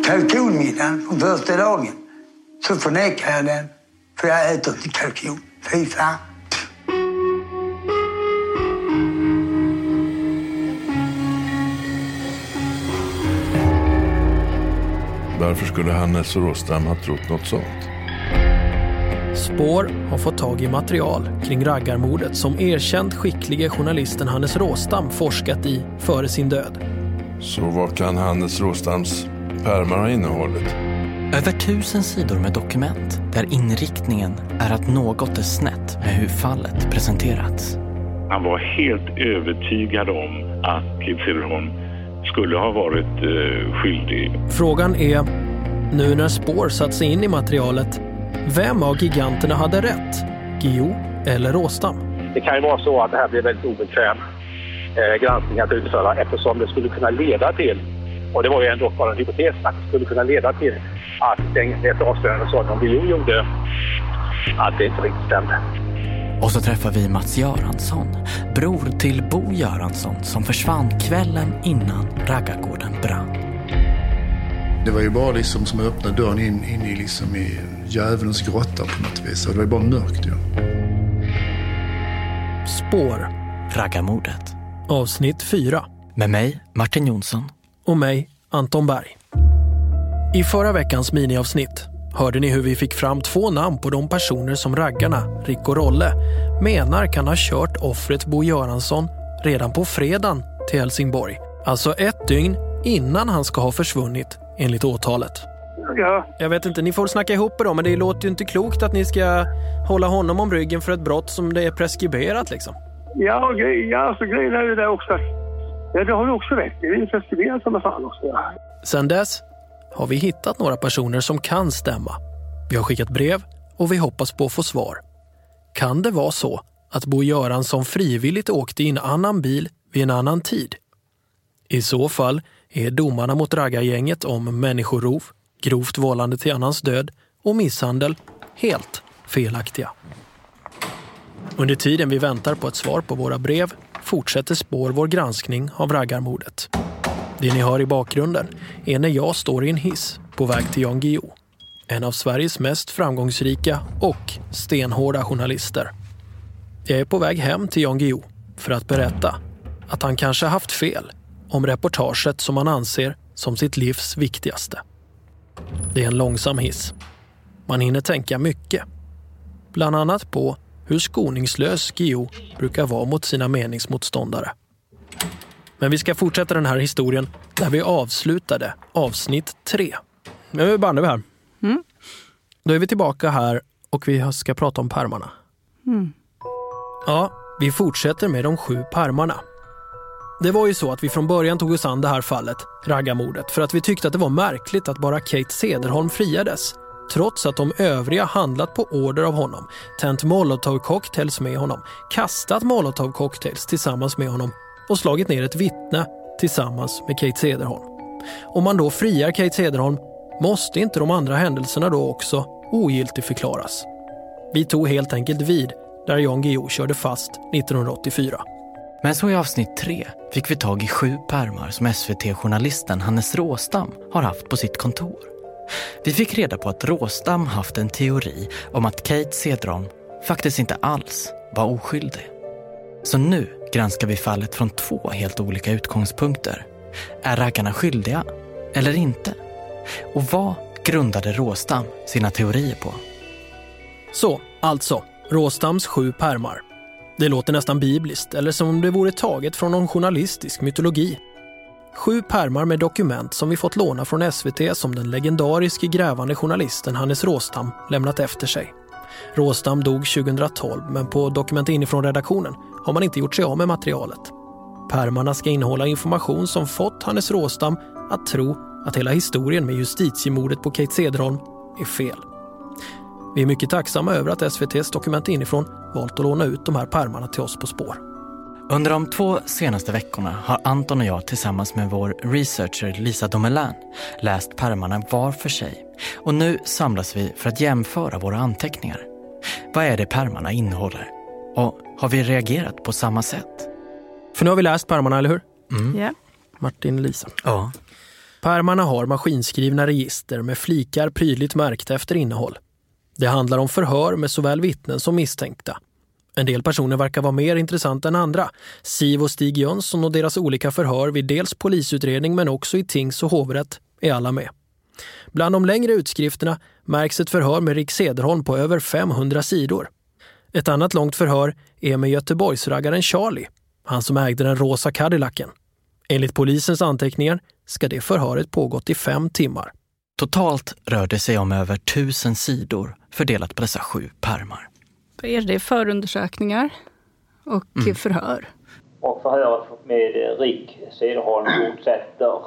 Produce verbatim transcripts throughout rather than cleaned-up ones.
kalkonmiddagen på första dagen så förnekar jag den. För jag äter inte kalkon. Fy fan. Varför skulle Hannes Råstam ha trott något sånt? Spår har fått tag i material kring raggarmordet som erkänt skicklige journalisten Hannes Råstam forskat i före sin död. Så vad kan Hannes Råstams pärmar ha innehållit? Över tusen sidor med dokument där inriktningen är att något är snett med hur fallet presenterats. Han var helt övertygad om att Keith Cederholm skulle ha varit eh, skyldig. Frågan är, nu när Spår satt sig in i materialet, vem av giganterna hade rätt? Guillou eller Råstam? Det kan ju vara så att det här blir väldigt obekväm eh, granskning att utföra eftersom det skulle kunna leda till, och det var ju ändå bara en hypotes, att det skulle kunna leda till att det avslöjande som Guillou gjorde att det inte riktigt stämde. Och så träffar vi Mats Göransson, bror till Bo Göransson som försvann kvällen innan raggargården brann. Det var ju bara liksom som att öppna dörren in, in i, liksom i djävulens grotta på något vis. Det var ju bara mörkt. Ja. Spår. Raggarmordet. Avsnitt fyra. Med mig, Martin Jonsson. Och mig, Anton Berg. I förra veckans miniavsnitt hörde ni hur vi fick fram två namn på de personer som raggarna, Rick och Rolle, menar kan ha kört offret Bo Göransson redan på fredagen till Helsingborg. Alltså ett dygn innan han ska ha försvunnit enligt åtalet. Ja. Jag vet inte, ni får snacka ihop er då, men det låter ju inte klokt att ni ska hålla honom om ryggen för ett brott som det är preskriberat liksom. Ja, ja så grejen är ju det också. Ja, det har du också rätt. Det är ju preskriberat som fan också. Sen dess har vi hittat några personer som kan stämma. Vi har skickat brev och vi hoppas på att få svar. Kan det vara så att Bo Göransson frivilligt åkte i en annan bil vid en annan tid? I så fall är domarna mot raggargänget om människorov, grovt vållande till annans död och misshandel helt felaktiga. Under tiden vi väntar på ett svar på våra brev fortsätter Spår vår granskning av raggarmordet. Det ni hör i bakgrunden är när jag står i en hiss på väg till Jan Guillou, en av Sveriges mest framgångsrika och stenhårda journalister. Jag är på väg hem till Jan Guillou för att berätta att han kanske haft fel om reportaget som han anser som sitt livs viktigaste. Det är en långsam hiss. Man hinner tänka mycket. Bland annat på hur skoningslös Guillou brukar vara mot sina meningsmotståndare. Men vi ska fortsätta den här historien där vi avslutade avsnitt tre. Nu är Banne här. Mm. Då är vi tillbaka här och vi ska prata om pärmarna. Mm. Ja, vi fortsätter med de sju pärmarna. Det var ju så att vi från början tog oss an det här fallet, raggarmordet, för att vi tyckte att det var märkligt att bara Kate Cederholm friades, trots att de övriga handlat på order av honom, tänt molotov-cocktails med honom, kastat molotov-cocktails tillsammans med honom och slagit ner ett vittne tillsammans med Kate Cederholm. Om man då friar Kate Cederholm måste inte de andra händelserna då också ogiltigförklaras. Vi tog helt enkelt vid där Jan Guillou körde fast nittonhundraåttiofyra. Men så i avsnitt tre fick vi tag i sju pärmar som S V T-journalisten Hannes Råstam har haft på sitt kontor. Vi fick reda på att Råstam haft en teori om att Kate Cederholm faktiskt inte alls var oskyldig. Så nu granskar vi fallet från två helt olika utgångspunkter. Är raggarna skyldiga eller inte? Och vad grundade Råstam sina teorier på? Så, alltså, Råstams sju pärmar. Det låter nästan bibliskt, eller som om det vore taget från någon journalistisk mytologi. Sju pärmar med dokument som vi fått låna från S V T som den legendariske grävande journalisten Hannes Råstam lämnat efter sig. Råstam dog tjugohundratolv, men på dokument inifrån redaktionen har man inte gjort sig av med materialet. Pärmarna ska innehålla information som fått Hannes Råstam att tro att hela historien med justitiemordet på Kate Cederholm är fel. Vi är mycket tacksamma över att S V T:s dokument inifrån valt att låna ut de här pärmarna till oss på Spår. Under de två senaste veckorna har Anton och jag tillsammans med vår researcher Lisa Domelin läst pärmarna var för sig. Och nu samlas vi för att jämföra våra anteckningar. Vad är det pärmarna innehåller? Och har vi reagerat på samma sätt? För nu har vi läst pärmarna, eller hur? Mm. Yeah. Martin, Lisa. Ja. Pärmarna har maskinskrivna register med flikar prydligt märkta efter innehåll. Det handlar om förhör med såväl vittnen som misstänkta. En del personer verkar vara mer intressanta än andra. Siv och Stig Jönsson och deras olika förhör vid dels polisutredning men också i tings- och hovrätt är alla med. Bland de längre utskrifterna märks ett förhör med Rick Cederholm på över femhundra sidor. Ett annat långt förhör är med Göteborgsraggaren Charlie, han som ägde den rosa Cadillacen. Enligt polisens anteckningar ska det förhöret pågått i fem timmar. Totalt rör det sig om över tusen sidor fördelat på dessa sju pärmar. Är det förundersökningar och mm. förhör? Och förhöret med Rick Cederholm fortsätter.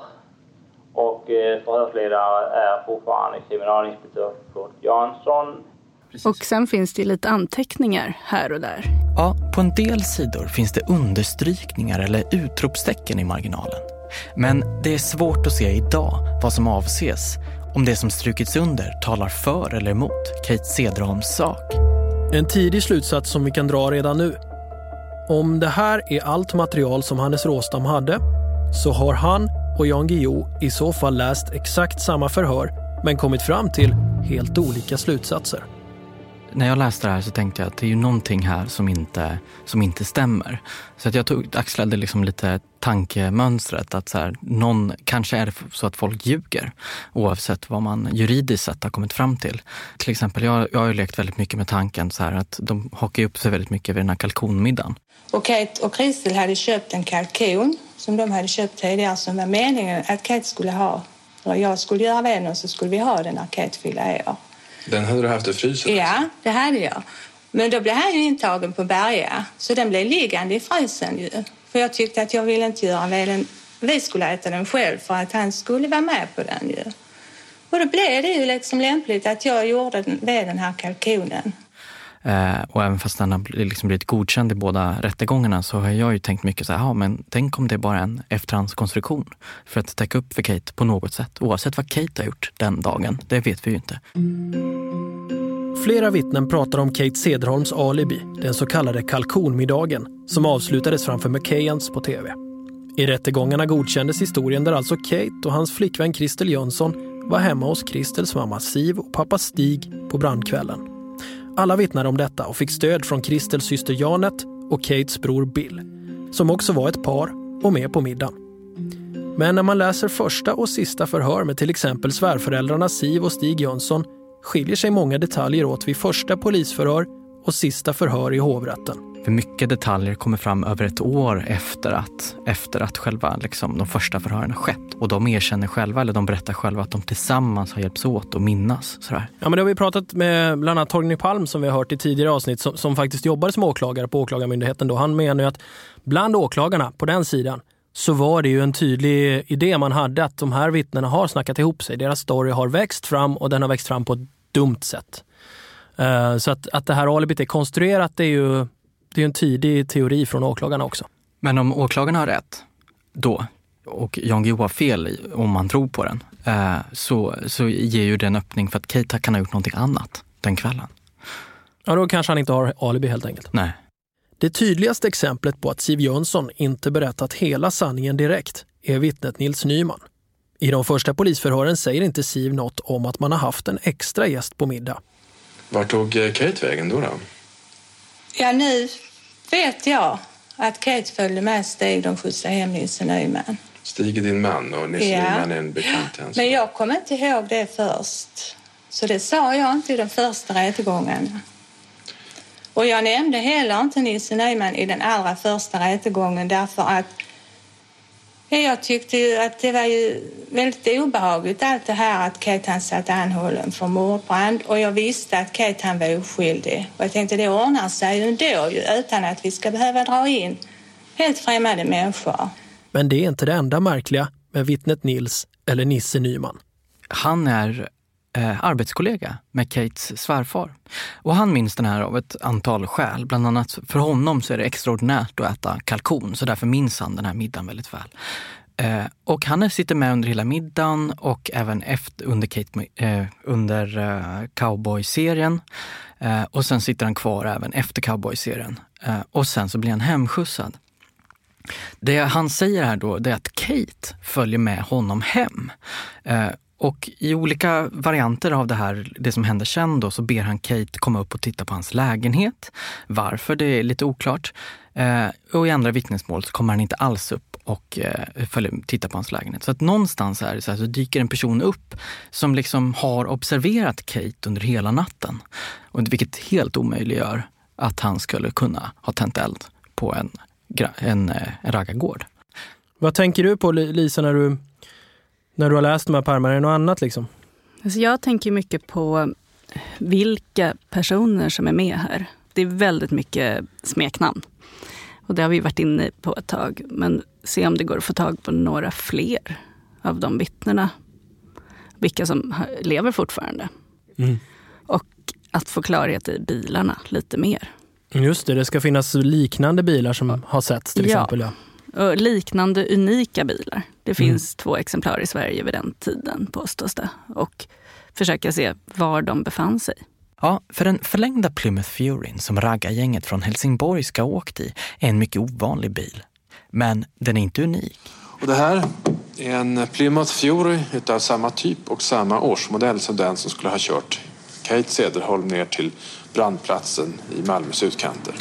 Och förhörsledare är fortfarande kriminalinspektör Kurt Jansson. Precis. Och sen finns det lite anteckningar här och där. Ja, på en del sidor finns det understrykningar eller utropstecken i marginalen. Men det är svårt att se idag vad som avses, om det som strukits under talar för eller emot Kate Cederholms sak. En tidig slutsats som vi kan dra redan nu. Om det här är allt material som Hannes Råstam hade, så har han och Jan Guillou i så fall läst exakt samma förhör men kommit fram till helt olika slutsatser. När jag läste det här så tänkte jag att det är ju någonting här som inte, som inte stämmer. Så att jag tog, axlade liksom lite tankemönstret att så här, någon, kanske är det så att folk ljuger oavsett vad man juridiskt sett har kommit fram till. Till exempel, jag, jag har ju lekt väldigt mycket med tanken så här att de hakar upp sig väldigt mycket vid den här kalkonmiddagen. Och Kate och Kristel hade köpt en kalkon som de hade köpt tidigare som var meningen att Kate skulle ha. Och jag skulle göra den och så skulle vi ha den när Kate fyllde år. Den hade du haft i frysen? Ja, det hade jag. Men då blev han ju intagen på Berga. Så den blev liggande i frysen ju. För jag tyckte att jag ville inte göra veden. Vi skulle äta den själv för att han skulle vara med på den ju. Och då blev det ju liksom lämpligt att jag gjorde den, den här kalkonen. Eh, och även fast den har liksom blivit godkänd i båda rättegångarna så har jag ju tänkt mycket så här, ja men tänk om det är bara en efterhandskonstruktion för att täcka upp för Kate på något sätt. Oavsett vad Kate har gjort den dagen, det vet vi ju inte. Flera vittnen pratar om Kate Cederholms alibi, den så kallade kalkonmiddagen, som avslutades framför McKayans på tv. I rättegångarna godkändes historien där alltså Kate och hans flickvän Kristel Jönsson var hemma hos Kristels mamma Siv och pappa Stig på brandkvällen. Alla vittnade om detta och fick stöd från Kristels syster Janet och Kates bror Bill, som också var ett par och med på middagen. Men när man läser första och sista förhör med till exempel svärföräldrarna Siv och Stig Jönsson skiljer sig många detaljer åt vid första polisförhör och sista förhör i hovrätten. För mycket detaljer kommer fram över ett år efter att, efter att själva liksom, de första förhören har skett. Och de erkänner själva, eller de berättar själva att de tillsammans har hjälpts åt och minnas. Sådär. Ja, men det har vi pratat med bland annat Torgny Palm som vi har hört i tidigare avsnitt som, som faktiskt jobbar som åklagare på åklagarmyndigheten. Då. Han menar ju att bland åklagarna på den sidan så var det ju en tydlig idé man hade att de här vittnena har snackat ihop sig. Deras story har växt fram och den har växt fram på ett dumt sätt. Uh, så att, att det här alibit är konstruerat, det är ju det är en tidig teori från åklagarna också. Men om åklagarna har rätt då, och Jan Guillou har fel om man tror på den, uh, så, så ger ju det en öppning för att Kate kan ha gjort någonting annat den kvällen. Ja, då kanske han inte har alibi helt enkelt. Nej. Det tydligaste exemplet på att Siv Jönsson inte berättat hela sanningen direkt är vittnet Nils Nyman. I de första polisförhören säger inte Siv något om att man har haft en extra gäst på middag. Var tog Kate vägen då då? Ja, nu vet jag att Kate följde med Stig. De skjutsade hem Nisse Nyman. Stig är din man och Nisse ja. Nyman är en bekant till hans. Men jag kommer inte ihåg det först. Så det sa jag inte i den första rättegången. Och jag nämnde heller inte Nisse Nyman i den allra första rättegången därför att jag tyckte ju att det var ju väldigt obehagligt allt det här att Kate han satt anhållen för mordbrand och jag visste att Kate han var oskyldig. Och jag tänkte det ordnar sig ju ändå ju utan att vi ska behöva dra in helt främmande människor. Men det är inte det enda märkliga med vittnet Nils eller Nisse Nyman. Han är eh, arbetskollega med Kates svärfar. Och han minns den här av ett antal skäl. Bland annat för honom så är det extraordinärt att äta kalkon. Så därför minns han den här middagen väldigt väl. Eh, och han sitter med under hela middagen och även efter, under, Kate, eh, under eh, Cowboy-serien. Eh, och sen sitter han kvar även efter Cowboy-serien. Eh, och sen så blir han hemskjutsad. Det han säger här då det är att Kate följer med honom hem. Eh, och i olika varianter av det här, det som händer sen då, så ber han Kate komma upp och titta på hans lägenhet. Varför, det är lite oklart. Eh, och i andra vittnesmål så kommer han inte alls upp och eh, följer, tittar på hans lägenhet. Så att någonstans är det så här, så dyker en person upp som liksom har observerat Kate under hela natten. Och vilket helt omöjliggör att han skulle kunna ha tänt eld på en, en, en raggargård. Vad tänker du på, Lisa, när du, när du har läst de här pärmarna? Är det något annat liksom? Alltså jag tänker mycket på vilka personer som är med här. Det är väldigt mycket smeknamn. Och det har vi varit inne på ett tag. Men se om det går att få tag på några fler av de vittnena. Vilka som lever fortfarande. Mm. Och att få klarhet i bilarna lite mer. Just det, det ska finnas liknande bilar som har setts till ja. exempel. Ja, och liknande unika bilar. Det finns mm. två exemplar i Sverige vid den tiden, påstås det. Och försöka se var de befann sig. Ja, för den förlängda Plymouth Furyn som raggargänget från Helsingborg ska ha åkt i är en mycket ovanlig bil. Men den är inte unik. Och det här är en Plymouth Fury utav samma typ och samma årsmodell som den som skulle ha kört Kate Cederholm ner till brandplatsen i Malmös utkanter.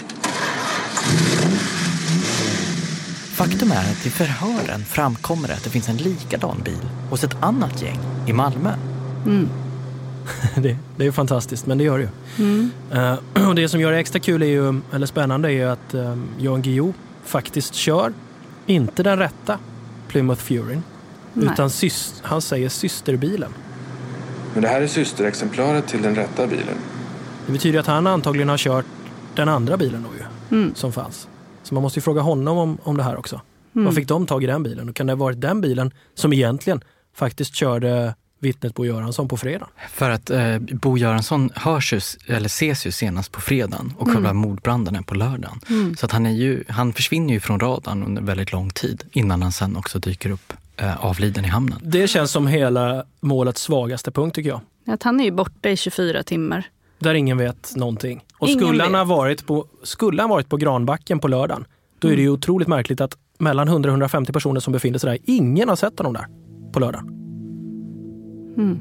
Faktum är att i förhören framkommer att det finns en likadan bil hos ett annat gäng i Malmö. Mm. det, det är ju fantastiskt, men det gör det ju. Mm. Uh, och det som gör det extra kul är ju, eller spännande är ju att um, Jan Guillou faktiskt kör inte den rätta Plymouth Furyn, Nej. utan syst, han säger systerbilen. Men det här är systerexemplaret till den rätta bilen. Det betyder att han antagligen har kört den andra bilen då ju, mm. som fanns. Så man måste ju fråga honom om, om det här också. Mm. Vad fick de tag i den bilen? Och kan det ha varit den bilen som egentligen faktiskt körde vittnet Bo Göransson på fredag? För att eh, Bo Göransson hörs ju, eller ses ju senast på fredagen och själva mm. mordbranden är på lördagen. Mm. Så att han, är ju, han försvinner ju från radarn under väldigt lång tid innan han sen också dyker upp eh, avliden i hamnen. Det känns som hela målets svagaste punkt tycker jag. Att han är ju borta i tjugofyra timmar. Där ingen vet någonting. Och skulle han, ha varit på, skulle han varit på Granbacken på lördagen, då är det ju otroligt märkligt att mellan hundra till hundrafemtio personer som befinner sig där, ingen har sett honom där på lördagen. Mm.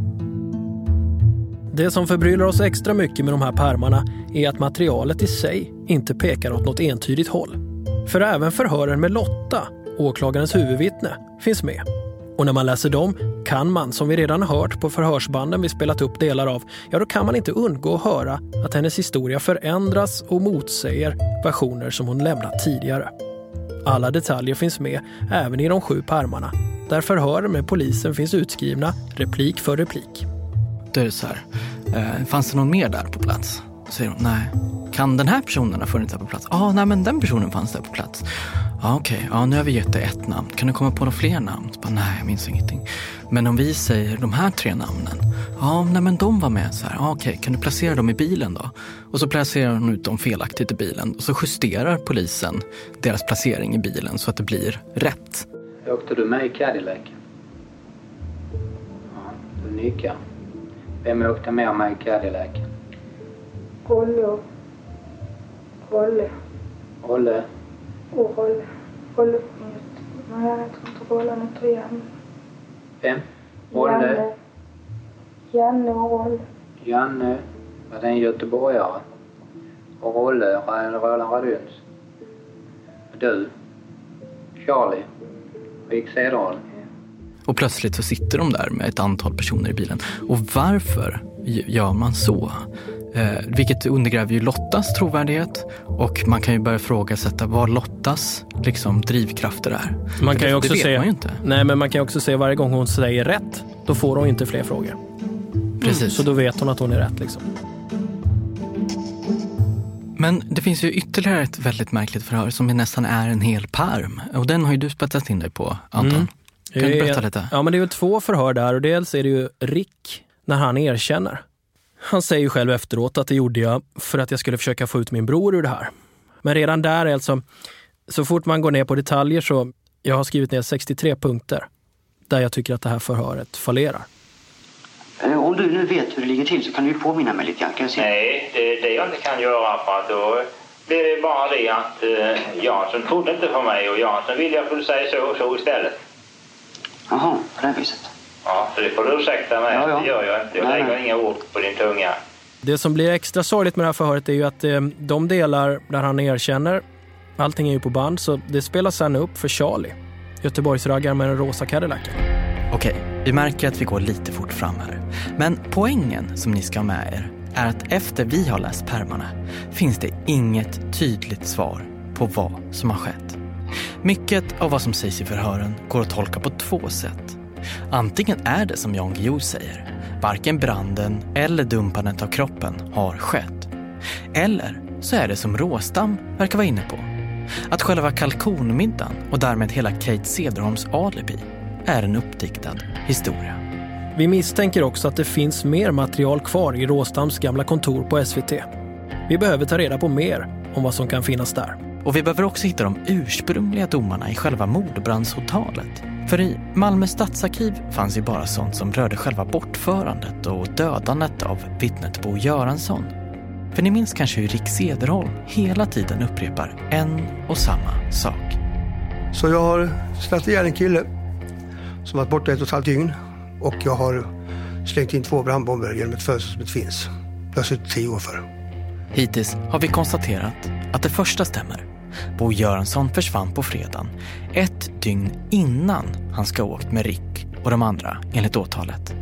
Det som förbryllar oss extra mycket med de här pärmarna är att materialet i sig inte pekar åt något entydigt håll. För även förhören med Lotta, åklagarens huvudvittne, finns med. Och när man läser dem kan man, som vi redan hört på förhörsbanden vi spelat upp delar av, ja då kan man inte undgå att höra att hennes historia förändras och motsäger versioner som hon lämnat tidigare. Alla detaljer finns med, även i de sju pärmarna, där förhör med polisen finns utskrivna replik för replik. Det är så här, eh, fanns det någon mer där på plats? Säger hon, nej. Kan den här personen ha funnits där på plats? Ja, ah, nej men den personen fanns där på plats. Ja ah, okej, okay. ja, nu har vi gett dig ett namn. Kan du komma på några fler namn? Så bara, nej, jag minns ingenting. Men om vi säger de här tre namnen. Ja, ah, nej men de var med så här. Ja ah, okej, okay. Kan du placera dem i bilen då? Och så placerar hon ut dem felaktigt i bilen. Och så justerar polisen deras placering i bilen så att det blir rätt. Åkte du med i Cadillac? Ja, du nickar. Vem åkte med mig i Cadillac? Olle. Olle. Olle? Och Olle. Olle finns. Nej, jag tror inte Olle nu tror jag. Vem? Olle? Janne. Janne och Olle. Janne, var det en göteborgare? Och Olle, Roland Raduns. Du? Charlie? Rick Cederholm? Och plötsligt så sitter de där med ett antal personer i bilen. Och varför gör man så? Eh, vilket undergräver ju Lottas trovärdighet. Och man kan ju börja frågasätta vad Lottas liksom, drivkrafter är. Man kan det, ju också det vet se, man ju inte. Nej, men man kan ju också se varje gång hon säger rätt, då får hon inte fler frågor. Precis. Mm, så då vet hon att hon är rätt liksom. Men det finns ju ytterligare ett väldigt märkligt förhör som nästan är en hel pärm. Och den har ju du spetsat in dig på, Anton. Mm. Kan du berätta lite? Ja, men det är ju två förhör där. Och dels är det ju Rick när han erkänner. Han säger ju själv efteråt att det gjorde jag för att jag skulle försöka få ut min bror ur det här. Men redan där är alltså, så fort man går ner på detaljer så, jag har skrivit ner sextiotre punkter där jag tycker att det här förhöret fallerar. Om du nu vet hur det ligger till så kan du påminna mig lite grann, kan jag säga? Nej, det är det jag inte kan göra, för att då Det är bara det att eh, Jansson trodde inte på mig och Jansson ville jag skulle säga så och så istället. Jaha, på det viset. Ja, så det får du ursäkta mig. Ja, ja. Det gör jag inte. Jag Nej, lägger nej. inga ord på din tunga. Det som blir extra sorgligt med det här förhöret är ju att eh, de delar där han erkänner, allting är ju på band, så det spelas sen upp för Charlie, Göteborgsraggar med den rosa Cadillacen. Okej, vi märker att vi går lite fort fram här. Men poängen som ni ska ha med er är att efter vi har läst pärmarna finns det inget tydligt svar på vad som har skett. Mycket av vad som sägs i förhören går att tolka på två sätt. Antingen är det som Jan Guillou säger, varken branden eller dumpandet av kroppen har skett. Eller så är det som Råstam verkar vara inne på, att själva kalkonmiddagen och därmed hela Kate Cederholms alibi är en uppdiktad historia. Vi misstänker också att det finns mer material kvar i Råstams gamla kontor på S V T. Vi behöver ta reda på mer om vad som kan finnas där. Och vi behöver också hitta de ursprungliga domarna i själva mordbrandshotalet. För i Malmö stadsarkiv fanns ju bara sånt som rörde själva bortförandet och dödandet av vittnet Bo Göransson. För ni minns kanske hur Rick Cederholm hela tiden upprepar en och samma sak. Så jag har slagit ihjäl en kille som varit borta ett och ett halvt dygn. Och jag har slängt in två brandbomber genom ett fönster som inte finns. Jag har suttit tio år för. Hittills har vi konstaterat att det första stämmer. Bo Göransson försvann på fredagen, ett dygn innan han ska ha åkt med Rick och de andra enligt åtalet.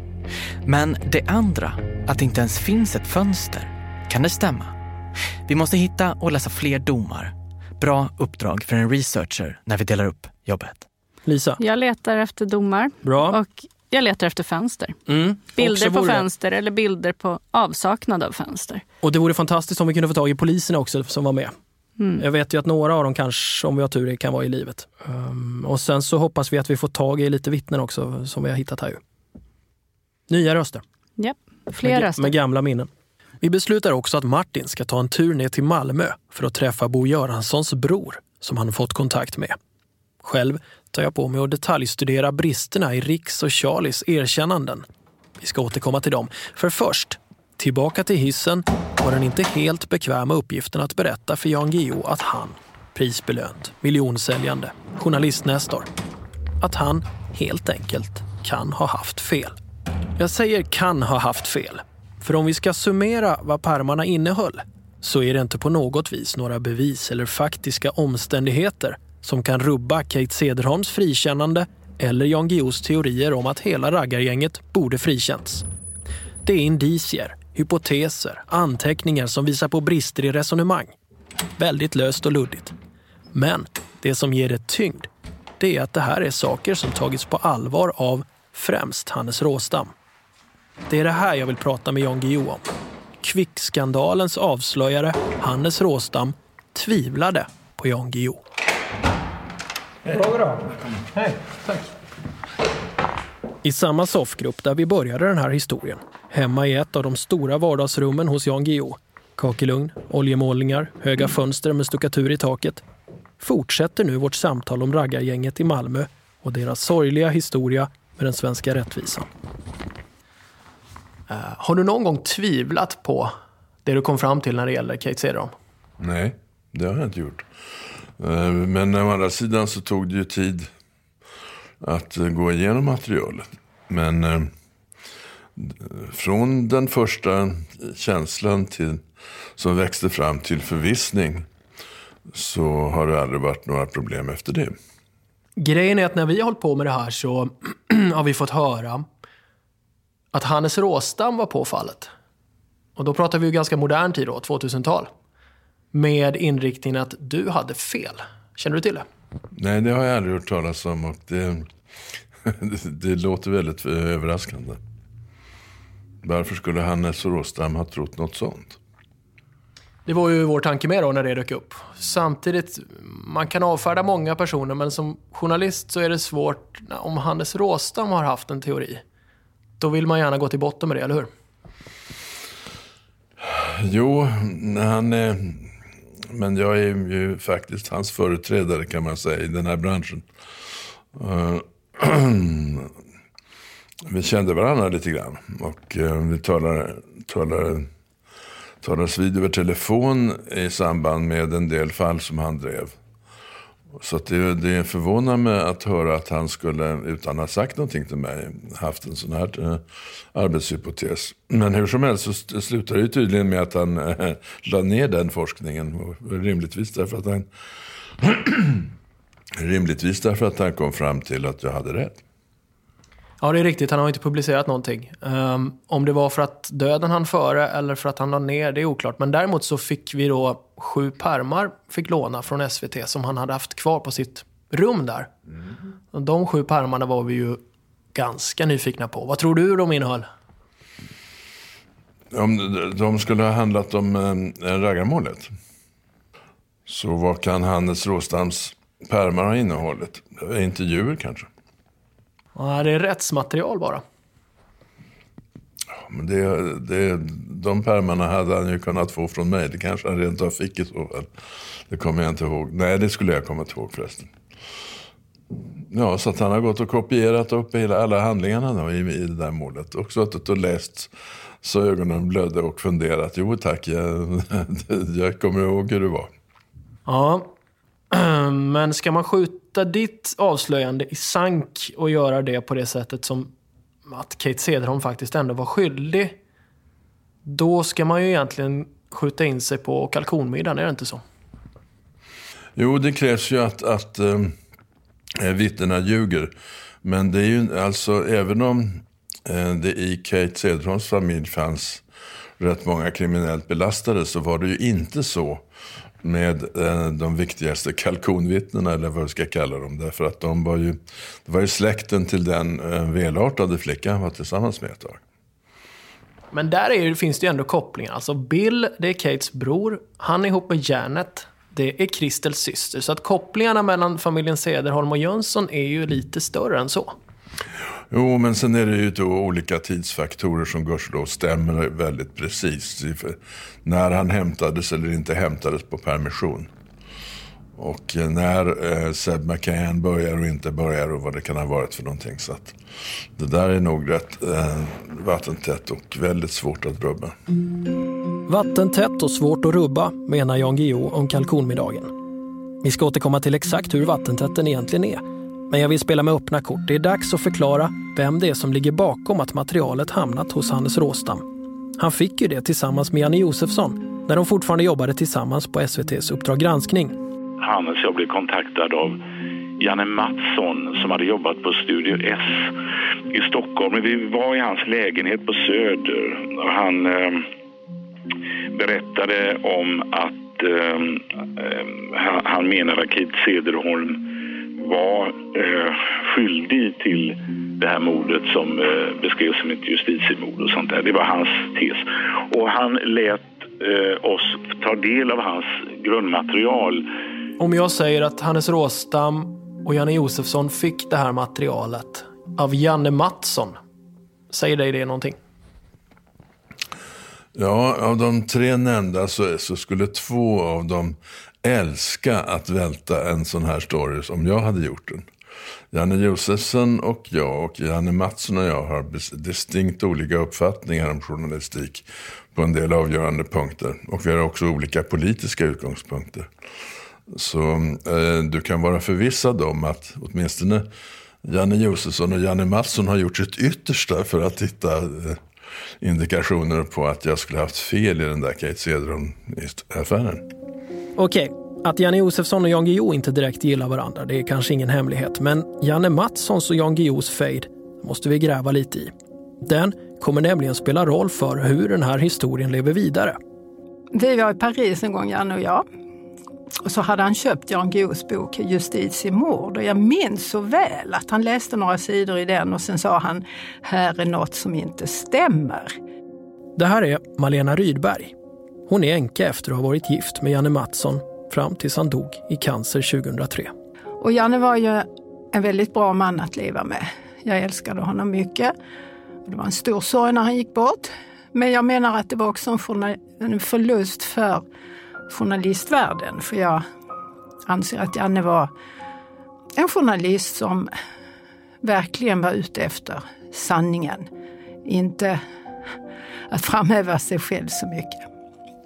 Men det andra, att det inte ens finns ett fönster, kan det stämma? Vi måste hitta och läsa fler domar. Bra uppdrag för en researcher när vi delar upp jobbet. Lisa? Jag letar efter domar. Bra. Och jag letar efter fönster. Mm. Bilder på vore... fönster eller bilder på avsaknad av fönster. Och det vore fantastiskt om vi kunde få tag i polisen också som var med. Mm. Jag vet ju att några av dem kanske, om vi har tur, kan vara i livet. Um, och sen så hoppas vi att vi får tag i lite vittnen också som vi har hittat här ju. Nya röster. Ja, fler med, röster. Med gamla minnen. Vi beslutar också att Martin ska ta en tur ner till Malmö för att träffa Bo Göranssons bror som han fått kontakt med. Själv tar jag på mig att detaljstudera bristerna i Ricks och Charlies erkännanden. Vi ska återkomma till dem. För först, tillbaka till hissen var den inte helt bekväma uppgiften att berätta för Jan Guillou att han, prisbelönt, miljonsäljande, journalistnästor, att han helt enkelt kan ha haft fel. Jag säger kan ha haft fel, för om vi ska summera vad pärmarna innehöll så är det inte på något vis några bevis eller faktiska omständigheter som kan rubba Kate Cederholms frikännande eller Jan Guillous teorier om att hela raggargänget borde frikänts. Det är indicier, hypoteser, anteckningar som visar på brister i resonemang. Väldigt löst och luddigt. Men det som ger det tyngd, det är att det här är saker som tagits på allvar av främst Hannes Råstam. Det är det här jag vill prata med Jan Guillou om. Kvickskandalens avslöjare Hannes Råstam tvivlade på Jan Guillou. Bra då. Hej, tack. I samma soffgrupp där vi började den här historien, hemma i ett av de stora vardagsrummen hos Jan Guillou, kakelugn, oljemålningar, höga fönster med stuckatur i taket, fortsätter nu vårt samtal om raggargänget i Malmö och deras sorgliga historia med den svenska rättvisan. Uh, har du någon gång tvivlat på det du kom fram till när det gäller Kate Cederholm? Nej, det har jag inte gjort. Uh, men å andra sidan så tog det ju tid att uh, gå igenom materialet. Men uh, från den första känslan till, som växte fram till förvissning, så har det aldrig varit några problem efter det. Grejen är att när vi har hållit på med det här så har vi fått höra att Hannes Råstam var på fallet. Och då pratar vi ju ganska modern tid då, tvåtusental. Med inriktningen att du hade fel. Känner du till det? Nej, det har jag aldrig hört talas om och det, det låter väldigt överraskande. Varför skulle Hannes Råstam ha trott något sånt? Det var ju vår tanke med då när det dök upp. Samtidigt, man kan avfärda många personer, men som journalist så är det svårt. Om Hannes Råstam har haft en teori, då vill man gärna gå till botten med det, eller hur? Jo, han är, men jag är ju faktiskt hans företrädare kan man säga i den här branschen. Vi kände varandra lite grann och vi talade, talade talades vid över telefon i samband med en del fall som han drev. Så att det, det förvånar mig att höra att han skulle, utan att ha sagt någonting till mig, haft en sån här eh, arbetshypotes. Men hur som helst så slutar det ju tydligen med att han eh, la ner den forskningen. Rimligtvis därför att han rimligtvis därför att han kom fram till att jag hade rätt. Ja, det är riktigt. Han har inte publicerat någonting. Um, om det var för att döden han före eller för att han la ner, det är oklart. Men däremot så fick vi då sju pärmar fick låna från S V T som han hade haft kvar på sitt rum där. Mm. Och de sju pärmarna var vi ju ganska nyfikna på. Vad tror du de innehöll? Om de skulle ha handlat om en, en raggarmålet. Så vad kan Hannes Råstams pärmar ha innehållit? Intervjuer kanske? Ja, det är rättsmaterial bara. Ja, men det, det, de pärmarna hade han ju kunnat få från mig. Det kanske han rent av fick i så fall. Det kommer jag inte ihåg. Nej, det skulle jag komma ihåg förresten. Ja, så att han har gått och kopierat upp hela, alla handlingarna då, i, i det där målet. Och suttit och läst så ögonen blödde och funderat. Jo tack, jag, jag kommer ihåg hur det var. Ja, men ska man skjuta ditt avslöjande i sank och göra det på det sättet som att Kate Cederholm faktiskt ändå var skyldig, då ska man ju egentligen skjuta in sig på kalkonmiddagen, är det inte så? Jo, det krävs ju att, att äh, vittnena ljuger. Men det är ju alltså, även om äh, det i Kate Cederholms familj fanns rätt många kriminellt belastade, så var det ju inte så med eh, de viktigaste kalkonvittnena, eller vad vi ska kalla dem. Därför att de var ju, det var ju släkten till den eh, välartade flickan han var tillsammans med ett tag. Men där är, finns det ju ändå kopplingar. Alltså Bill, det är Kates bror. Han är ihop med Janet. Det är Kristels syster. Så att kopplingarna mellan familjen Cederholm och Jönsson är ju lite större än så. Jo, men sen är det ju då olika tidsfaktorer som gudskelov stämmer väldigt precis. När han hämtades eller inte hämtades på permission. Och när eh, Seb McCann börjar och inte börjar och vad det kan ha varit för någonting. Så att det där är nog rätt eh, vattentätt och väldigt svårt att rubba. Vattentätt och svårt att rubba, menar Jan Guillou om kalkonmiddagen. Vi ska återkomma till exakt hur vattentätten egentligen är. Men jag vill spela med öppna kort. Det är dags att förklara vem det är som ligger bakom att materialet hamnat hos Hannes Råstam. Han fick ju det tillsammans med Janne Josefsson när de fortfarande jobbade tillsammans på S V T:s Uppdrag granskning. Hannes jag blev kontaktad av Janne Mattsson som hade jobbat på Studio S i Stockholm. Vi var i hans lägenhet på Söder och han eh, berättade om att eh, han, han menade att Kate Cederholm var eh, skyldig till det här mordet som eh, beskrevs som ett justitiemord och sånt där. Det var hans tes. Och han lät eh, oss ta del av hans grundmaterial. Om jag säger att Hannes Råstam och Janne Josefsson fick det här materialet av Janne Mattsson, säger dig det någonting? Ja, av de tre nämnda så, så skulle två av dem älska att välta en sån här story som jag hade gjort den. Janne Josefsson och jag och Janne Mattsson och jag har distinkt olika uppfattningar om journalistik på en del avgörande punkter. Och vi har också olika politiska utgångspunkter. Så eh, du kan vara förvissad om att åtminstone Janne Josefsson och Janne Mattsson har gjort sitt yttersta för att hitta eh, indikationer på att jag skulle haft fel i den där Kate Cederholm-affären. Okej, att Janne Josefsson och Jan Guillou inte direkt gillar varandra, det är kanske ingen hemlighet. Men Janne Mattssons och Jan Guillous fejd måste vi gräva lite i. Den kommer nämligen spela roll för hur den här historien lever vidare. Vi var i Paris en gång, Janne och jag. Och så hade han köpt Jan Guillous bok Justitiemord. Och jag minns så väl att han läste några sidor i den och sen sa han, här är något som inte stämmer. Det här är Malena Rydberg. Hon är änka efter att ha varit gift med Janne Mattsson fram tills han dog i cancer tjugohundratre. Och Janne var ju en väldigt bra man att leva med. Jag älskade honom mycket. Det var en stor sorg när han gick bort. Men jag menar att det var också en, journal- en förlust för journalistvärlden. För jag anser att Janne var en journalist som verkligen var ute efter sanningen. Inte att framhäva sig själv så mycket.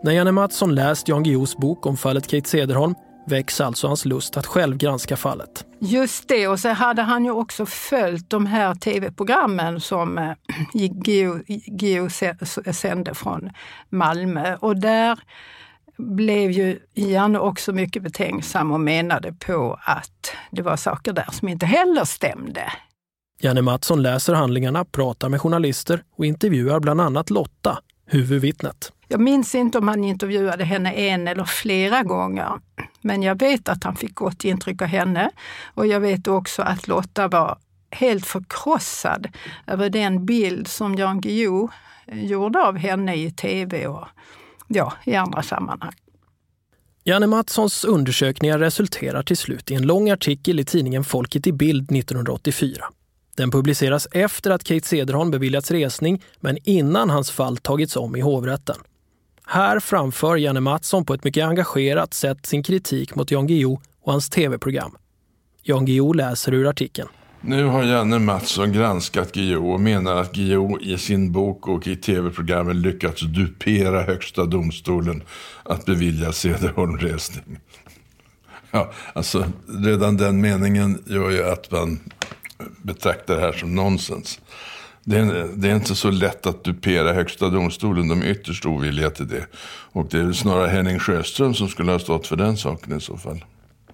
När Janne Mattsson läst Jan Guillous bok om fallet Kate Cederholm väcks alltså hans lust att själv granska fallet. Just det, och så hade han ju också följt de här tv-programmen som eh, Guillou sände från Malmö. Och där blev ju Janne också mycket betänksam och menade på att det var saker där som inte heller stämde. Janne Mattsson läser handlingarna, pratar med journalister och intervjuar bland annat Lotta, huvudvittnet. Jag minns inte om han intervjuade henne en eller flera gånger. Men jag vet att han fick gott intryck av henne. Och jag vet också att Lotta var helt förkrossad över den bild som Jan Guillou gjorde av henne i tv och ja, i andra sammanhang. Janne Mattssons undersökningar resulterar till slut i en lång artikel i tidningen Folket i Bild nittonhundraåttiofyra. Den publiceras efter att Kate Cederholm beviljats resning men innan hans fall tagits om i hovrätten. Här framför Janne Mattsson på ett mycket engagerat sätt sin kritik mot Jan Guillou och hans tv-program. Jan Guillou läser ur artikeln. Nu har Janne Mattsson granskat Guillou och menar att Guillou i sin bok och i tv-programmen lyckats dupera högsta domstolen att bevilja Cederholm resning. Ja, alltså redan den meningen gör ju att man betraktar det här som nonsens. Det är, det är inte så lätt att dupera högsta domstolen, de är ytterst ovilliga till det. Och det är snarare Henning Sjöström som skulle ha stått för den saken i så fall.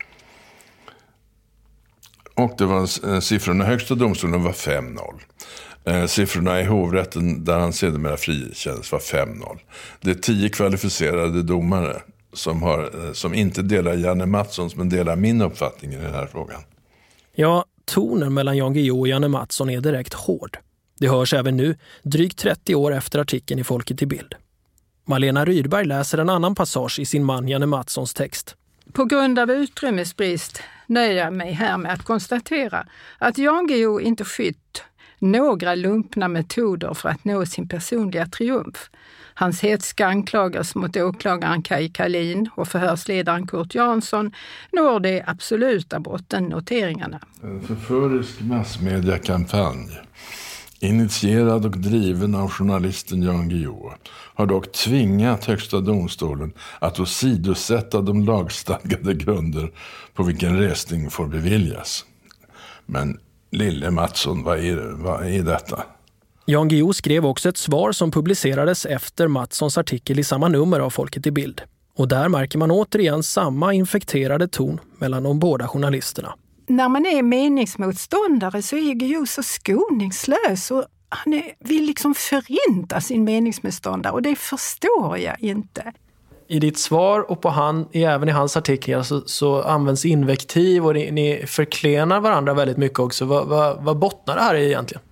Och det var siffrorna högsta domstolen var fem noll. Eh, siffrorna i hovrätten där han sedermera frikändes var fem noll. Det är tio kvalificerade domare som, har, som inte delar Janne Mattsons men delar min uppfattning i den här frågan. Ja, tonen mellan Jan Guillou och Janne Mattsson är direkt hård. Det hörs även nu, drygt trettio år efter artikeln i Folket i Bild. Malena Rydberg läser en annan passage i sin man Janne Mattssons text. På grund av utrymmesbrist nöjer jag mig här med att konstatera att Jan Guillou inte skytt några lumpna metoder för att nå sin personliga triumf. Hans hetska anklagelser mot åklagaren Kaj Kalin och förhörsledaren Kurt Jansson når de absoluta bottennoteringarna. En förförisk massmediakampanj, initierad och driven av journalisten Jan Guillou, har dock tvingat högsta domstolen att åsidosätta de lagstadgade grunder på vilken resning får beviljas. Men lille Mattsson, vad är, vad är detta? Jan Guillou skrev också ett svar som publicerades efter Mattssons artikel i samma nummer av Folket i Bild. Och där märker man återigen samma infekterade ton mellan de båda journalisterna. När man är meningsmotståndare så är Guillou så skoningslös och han är, vill liksom förinta sin meningsmotståndare och det förstår jag inte. I ditt svar och på han, även i hans artiklar så, så används invektiv och ni, ni förklenar varandra väldigt mycket också. Vad, vad, vad bottnar det här i egentligen?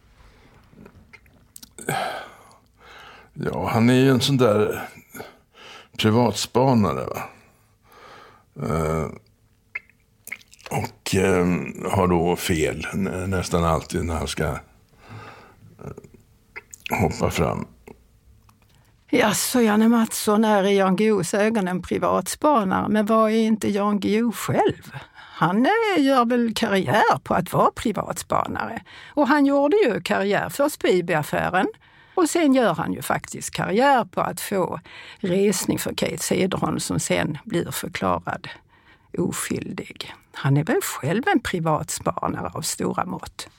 Ja, han är ju en sån där privatspanare, va? Uh, och uh, har då fel nästan alltid när han ska uh, hoppa fram. Ja, så Janne Mattsson är i Jan Guillous ögon en privatspanare, men vad är inte Jan Guillou själv? Han är, gör väl karriär på att vara privatspanare. Och han gjorde ju karriär först på I B-affären. Och sen gör han ju faktiskt karriär på att få resning för Kate Cederholm som sen blir förklarad oskyldig. Han är väl själv en privatspanare av stora mått.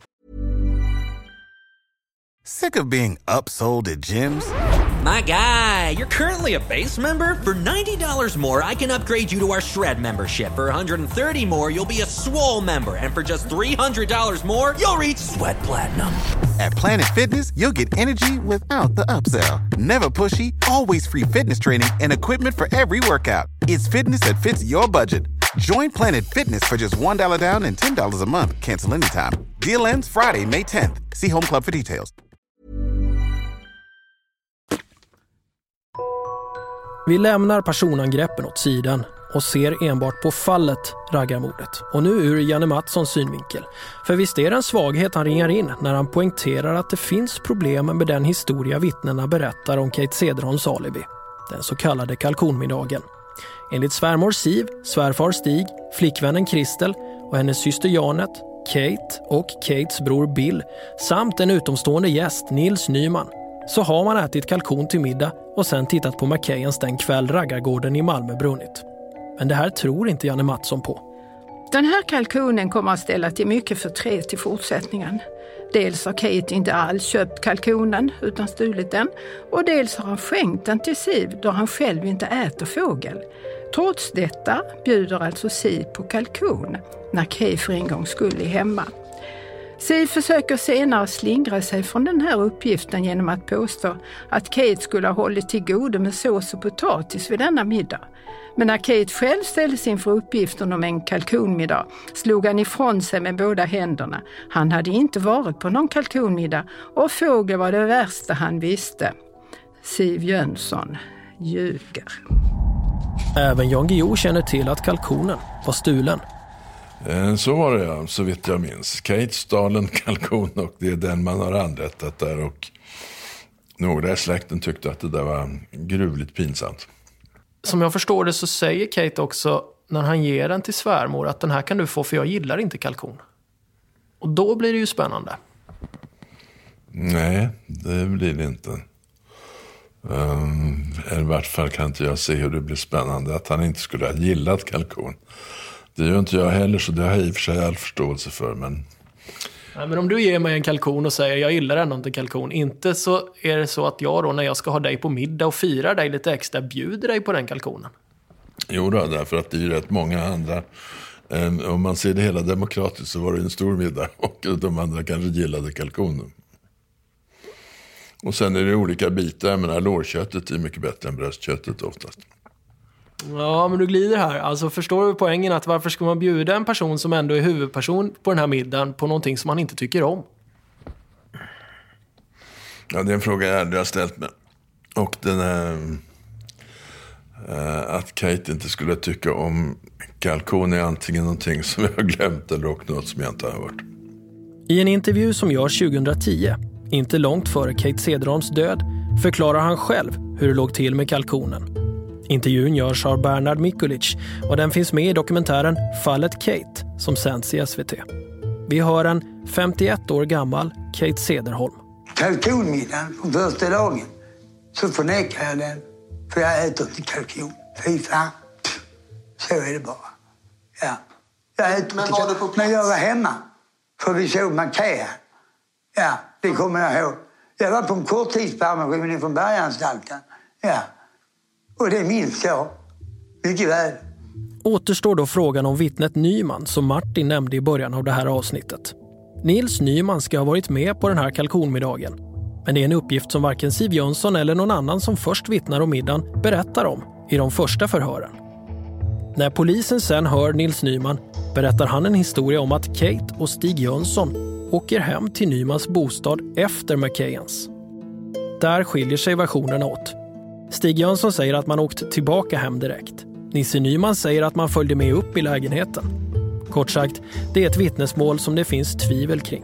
Sick of being upsold at gyms? My guy, you're currently a base member. For ninety dollars more, I can upgrade you to our Shred membership. For one hundred thirty dollars more, you'll be a Swole member. And for just three hundred dollars more, you'll reach Sweat Platinum. At Planet Fitness, you'll get energy without the upsell. Never pushy, always free fitness training and equipment for every workout. It's fitness that fits your budget. Join Planet Fitness for just one dollar down and ten dollars a month. Cancel anytime. Deal ends Friday, May tenth. See Home Club for details. Vi lämnar personangreppen åt sidan och ser enbart på fallet raggarmordet. Och nu ur Janne Mattssons synvinkel. För visst är det en svaghet han ringar in när han poängterar att det finns problem med den historia vittnena berättar om Kate Cederholms alibi. Den så kallade kalkonmiddagen. Enligt svärmor Siv, svärfar Stig, flickvännen Kristel och hennes syster Janet, Kate och Kates bror Bill samt en utomstående gäst Nils Nyman så har man ätit kalkon till middag och sen tittat på McKayans den kväll raggargården i Malmö brunnit. Men det här tror inte Janne Mattsson på. Den här kalkonen kommer att ställa till mycket förtret i fortsättningen. Dels har Kate inte alls köpt kalkonen utan stulit den. Och dels har han skänkt den till Siv då han själv inte äter fågel. Trots detta bjuder alltså Siv på kalkon när Kate för en gång skulle hemma. Siv försöker senare slingra sig från den här uppgiften genom att påstå att Kate skulle ha hållit till godo med sås och potatis vid denna middag. Men när Kate själv ställdes inför uppgiften om en kalkonmiddag slog han ifrån sig med båda händerna. Han hade inte varit på någon kalkonmiddag och fågel var det värsta han visste. Siv Jönsson ljuger. Även Jan Guillou känner till att kalkonen var stulen. Så var det, ja, så vitt jag minns. Kate stal en kalkon och det är den man har anrättat där. Och några i släkten tyckte att det där var gruvligt pinsamt. Som jag förstår det så säger Kate också när han ger den till svärmor att den här kan du få för jag gillar inte kalkon. Och då blir det ju spännande. Nej, det blir det inte. Um, I vart fall kan inte jag se hur det blir spännande att han inte skulle ha gillat kalkon. Det gör inte jag heller, så det har jag i och för sig all förståelse för. Men... Nej, men om du ger mig en kalkon och säger jag gillar ändå inte kalkon, inte så är det så att jag då när jag ska ha dig på middag och fira dig lite extra bjuder dig på den kalkonen. Jo då, därför att det är ju rätt många andra. Um, om man ser det hela demokratiskt så var det en stor middag och de andra kanske gillade kalkonen. Och sen är det olika bitar, jag menar lårköttet är mycket bättre än bröstköttet oftast. Ja, men du glider här. Alltså förstår du poängen att varför ska man bjuda en person som ändå är huvudperson på den här middagen på någonting som man inte tycker om? Ja, det är en fråga jag aldrig har ställt mig. Och den är äh, att Kate inte skulle tycka om kalkon är antingen någonting som jag har glömt eller och något som jag inte har hört. I en intervju som görs tjugohundratio, inte långt före Kate Cederholms död, förklarar han själv hur det låg till med kalkonen. Intervjun görs av Bernard Mikulic och den finns med i dokumentären Fallet Kate som sänds i S V T. Vi hör en femtioett år gammal Kate Cederholm. Kalkonmiddagen på första dagen så förnekar jag den för jag äter inte kalkon. Fy fan. Så är det bara. Ja. Jag äter Men inte var du på plats? Men jag var hemma för vi såg McKayan. Ja, det kommer jag ihåg. Jag var på en korttidspermission från Berganstalten. Ja. Och det minns jag mycket väl. Återstår då frågan om vittnet Nyman som Martin nämnde i början av det här avsnittet. Nils Nyman ska ha varit med på den här kalkonmiddagen. Men det är en uppgift som varken Siv Jönsson eller någon annan som först vittnar om middagen berättar om i de första förhören. När polisen sen hör Nils Nyman berättar han en historia om att Kate och Stig Jönsson åker hem till Nymans bostad efter McKayans. Där skiljer sig versionerna åt. Stig Jönsson säger att man åkt tillbaka hem direkt. Nisse Nyman säger att man följde med upp i lägenheten. Kort sagt, det är ett vittnesmål som det finns tvivel kring.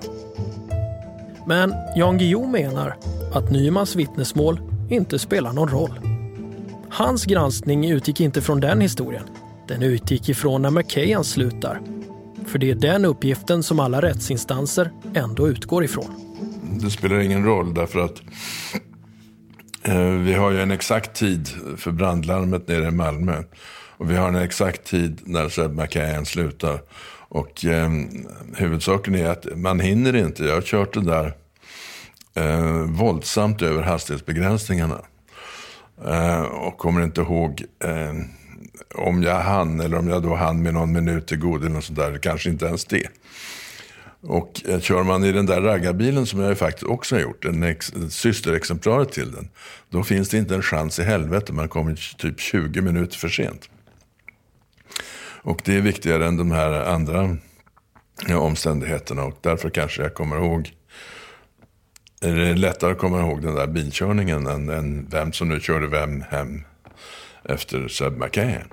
Men Jan Guillou menar att Nymans vittnesmål inte spelar någon roll. Hans granskning utgick inte från den historien. Den utgick ifrån när McKayan slutar. För det är den uppgiften som alla rättsinstanser ändå utgår ifrån. Det spelar ingen roll därför att eh, vi har ju en exakt tid för brandlarmet nere i Malmö. Och vi har en exakt tid när Seb McKayan slutar. Och eh, huvudsaken är att man hinner inte. Jag har kört det där eh, våldsamt över hastighetsbegränsningarna. Eh, och kommer inte ihåg eh, om jag hann eller om jag då hann med någon minut till god eller något sånt där. Kanske inte ens det. Och eh, kör man i den där raggarbilen som jag ju faktiskt också har gjort, en ex- systerexemplaret till den, då finns det inte en chans i helvete. Man kommer typ tjugo minuter för sent. Och det är viktigare än de här andra ja, omständigheterna. Och därför kanske jag kommer ihåg, är det lättare att komma ihåg den där bilkörningen än, än vem som nu körde vem hem efter Seb McKayan.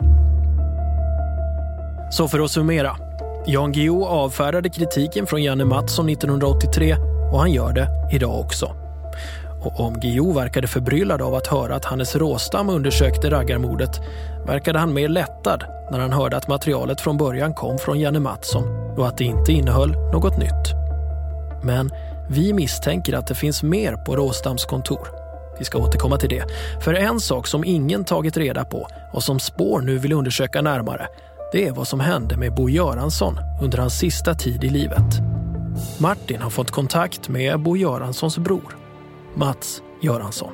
Så för att summera. Jan Guillou avfärdade kritiken från Janne Mattsson nittonhundraåttiotre och han gör det idag också. Och om Guillou verkade förbryllad av att höra att Hannes Råstam undersökte raggarmordet verkade han mer lättad när han hörde att materialet från början kom från Janne Mattsson och att det inte innehöll något nytt. Men vi misstänker att det finns mer på Råstams kontor. Vi ska återkomma till det. För en sak som ingen tagit reda på och som Spår nu vill undersöka närmare, det är vad som hände med Bo Göransson under hans sista tid i livet. Martin har fått kontakt med Bo Göranssons bror, Mats Göransson.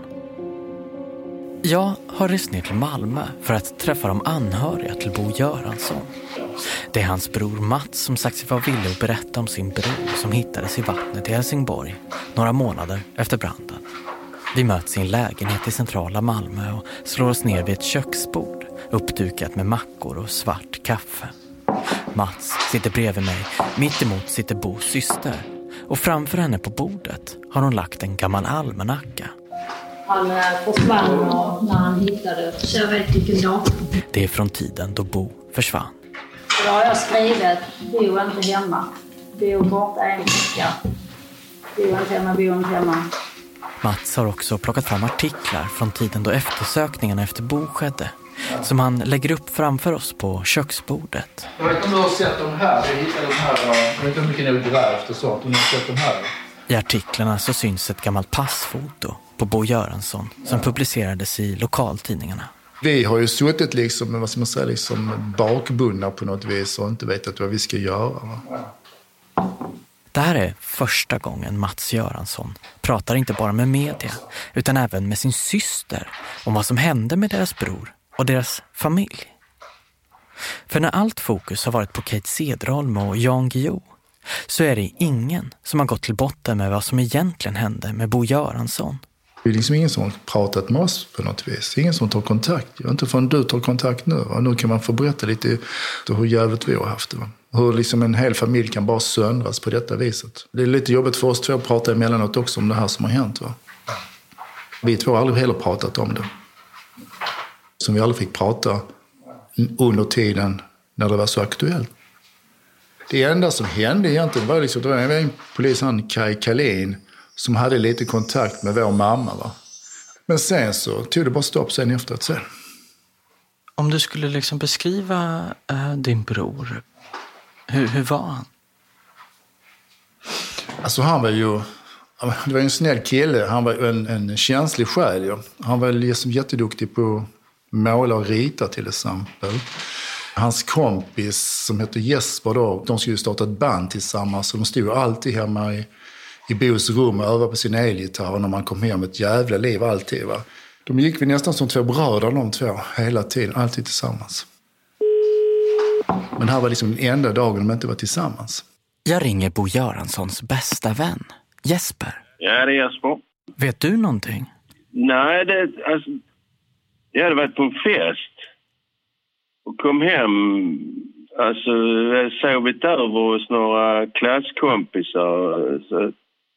Jag har rest ner till Malmö för att träffa de anhöriga till Bo Göransson. Det är hans bror Mats som sagt sig vara villig att berätta om sin bror som hittades i vattnet i Helsingborg några månader efter branden. Vi möts i en lägenhet i centrala Malmö och slår oss ner vid ett köksbord uppdukat med mackor och svart kaffe. Mats sitter bredvid mig, mitt emot sitter Bos syster och framför henne på bordet har hon lagt en gammal almanacka. Han försvann när han hittade, så jag vet vilken datum. Det är från tiden då Bo försvann. Då har jag skrivit, bo inte hemma. Bo borta en vecka. Bo inte hemma, bo inte hemma. Mats har också plockat fram artiklar från tiden då eftersökningarna efter Bo skedde, som han lägger upp framför oss på köksbordet. Jag vet inte om du har sett de här. Jag hittade de här. Jag vet inte hur mycket ni har grävt och så. Om ni har sett de här. I artiklarna så syns ett gammalt passfoto på Bo Göransson som publicerades i lokaltidningarna. Vi har ju suttit liksom, vad ska man säga, liksom bakbundna på något vis och inte vetat vad vi ska göra. Va? Det här är första gången Mats Göransson pratar inte bara med media utan även med sin syster om vad som hände med deras bror och deras familj. För när allt fokus har varit på Kate Cederholm och Jan Guillou så är det ingen som har gått till botten med vad som egentligen hände med Bo Göransson. Det är liksom ingen som har pratat med oss på något vis. Ingen som tar kontakt. Jag inte förrän du tar kontakt nu. Och nu kan man få berätta lite hur jävligt vi har haft det. Va? Hur liksom en hel familj kan bara söndras på detta viset. Det är lite jobbigt för oss två att prata emellanåt också om det här som har hänt. Va? Vi två har aldrig heller pratat om det. Som vi aldrig fick prata under tiden när det var så aktuellt. Det enda som hände egentligen var liksom, det var en polis, han Kai Kalin, som hade lite kontakt med vår mamma. Va? Men sen så tog det bara stopp sen efteråt sen. Om du skulle liksom beskriva äh, din bror, hur, hur var han? Alltså han var ju, det var en snäll kille, han var en, en känslig själ. Ja. Han var liksom jätteduktig på att måla och rita till exempel. Hans kompis som heter Jesper då, de skulle starta ett band tillsammans. Så de stod alltid hemma i, i Bos rum och övade på sin elgitarr när man kom hem, ett jävla liv alltid. Va? De gick vi nästan som två bröder de två, hela tiden, alltid tillsammans. Men det här var liksom den enda dagen de inte var tillsammans. Jag ringer Bo Göranssons bästa vän, Jesper. Ja, det är Jesper. Vet du någonting? Nej, det, alltså, jag hade varit på en fest. Och kom hem, alltså jag sovit över hos några klasskompisar. Så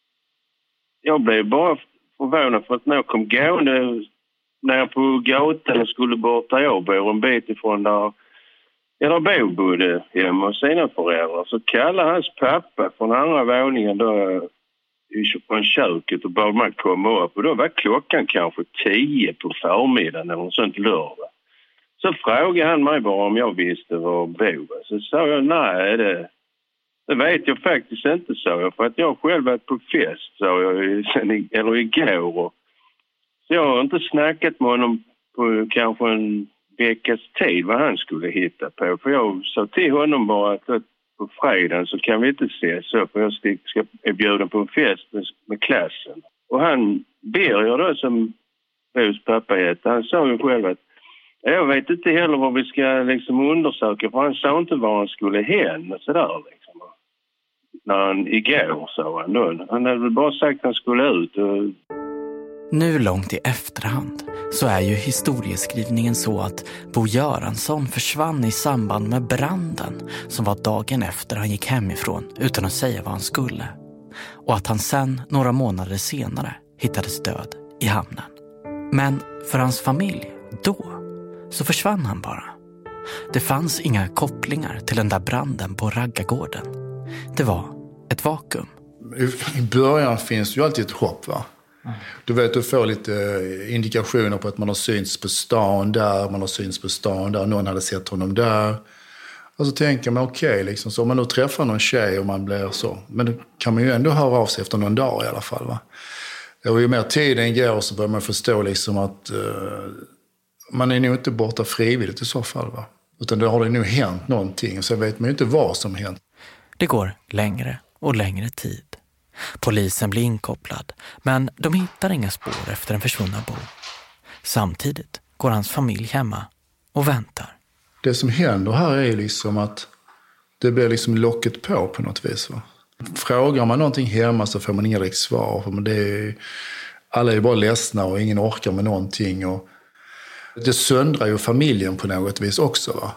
jag blev bara förvånad för att när jag kom gående ner på gatan och skulle bort där jag bor en bit ifrån där jag Bo bodde hemma hos sina föräldrar. Så kallade hans pappa från andra våningen då från köket och bad man komma upp. Och då var klockan kanske tio på förmiddagen eller något sånt lördag. Så frågade han mig bara om jag visste var Bo. Så sa jag, nej det, det vet jag faktiskt inte, sa jag. För att jag själv varit på fest, sa jag, sen, eller igår. Så jag har inte snackat med honom på kanske en veckas tid vad han skulle hitta på. För jag sa till honom bara att på fredagen så kan vi inte ses så. För jag ska bjuda på en fest med, med klassen. Och han, Birger då som Bos pappa heter, han sa ju själv att jag vet inte heller vad vi ska liksom undersöka, för han sa inte var han skulle hända sådär liksom. När han igår sa han då. Han hade väl bara sagt att han skulle ut. Och... Nu långt i efterhand så är ju historieskrivningen så att Bo Göransson försvann i samband med branden som var dagen efter han gick hemifrån utan att säga vad han skulle. Och att han sen några månader senare hittades död i hamnen. Men för hans familj då så försvann han bara. Det fanns inga kopplingar till den där branden på Raggargården. Det var ett vakuum. I början finns ju alltid ett hopp, va? Du vet, du får lite indikationer på att man har synts på stan där, man har synts på stan där, någon hade sett honom där. Och så tänker man okej, okay, liksom, så om man nu träffar någon tjej och man blir så. Men då kan man ju ändå höra av sig efter någon dag i alla fall, va? Och ju mer tiden går så börjar man förstå liksom att uh, man är nog inte borta frivilligt i så fall. Va? Utan det har det nog hänt någonting och så vet man ju inte vad som hänt. Det går längre och längre tid. Polisen blir inkopplad, men de hittar inga spår efter den försvunna Bo. Samtidigt går hans familj hemma och väntar. Det som händer här är liksom att det blir liksom locket på på något vis. Va? Frågar man någonting hemma så får man inga direkt svar. Men det är, alla är bara ledsna och ingen orkar med någonting. Och det söndrar ju familjen på något vis också. Va?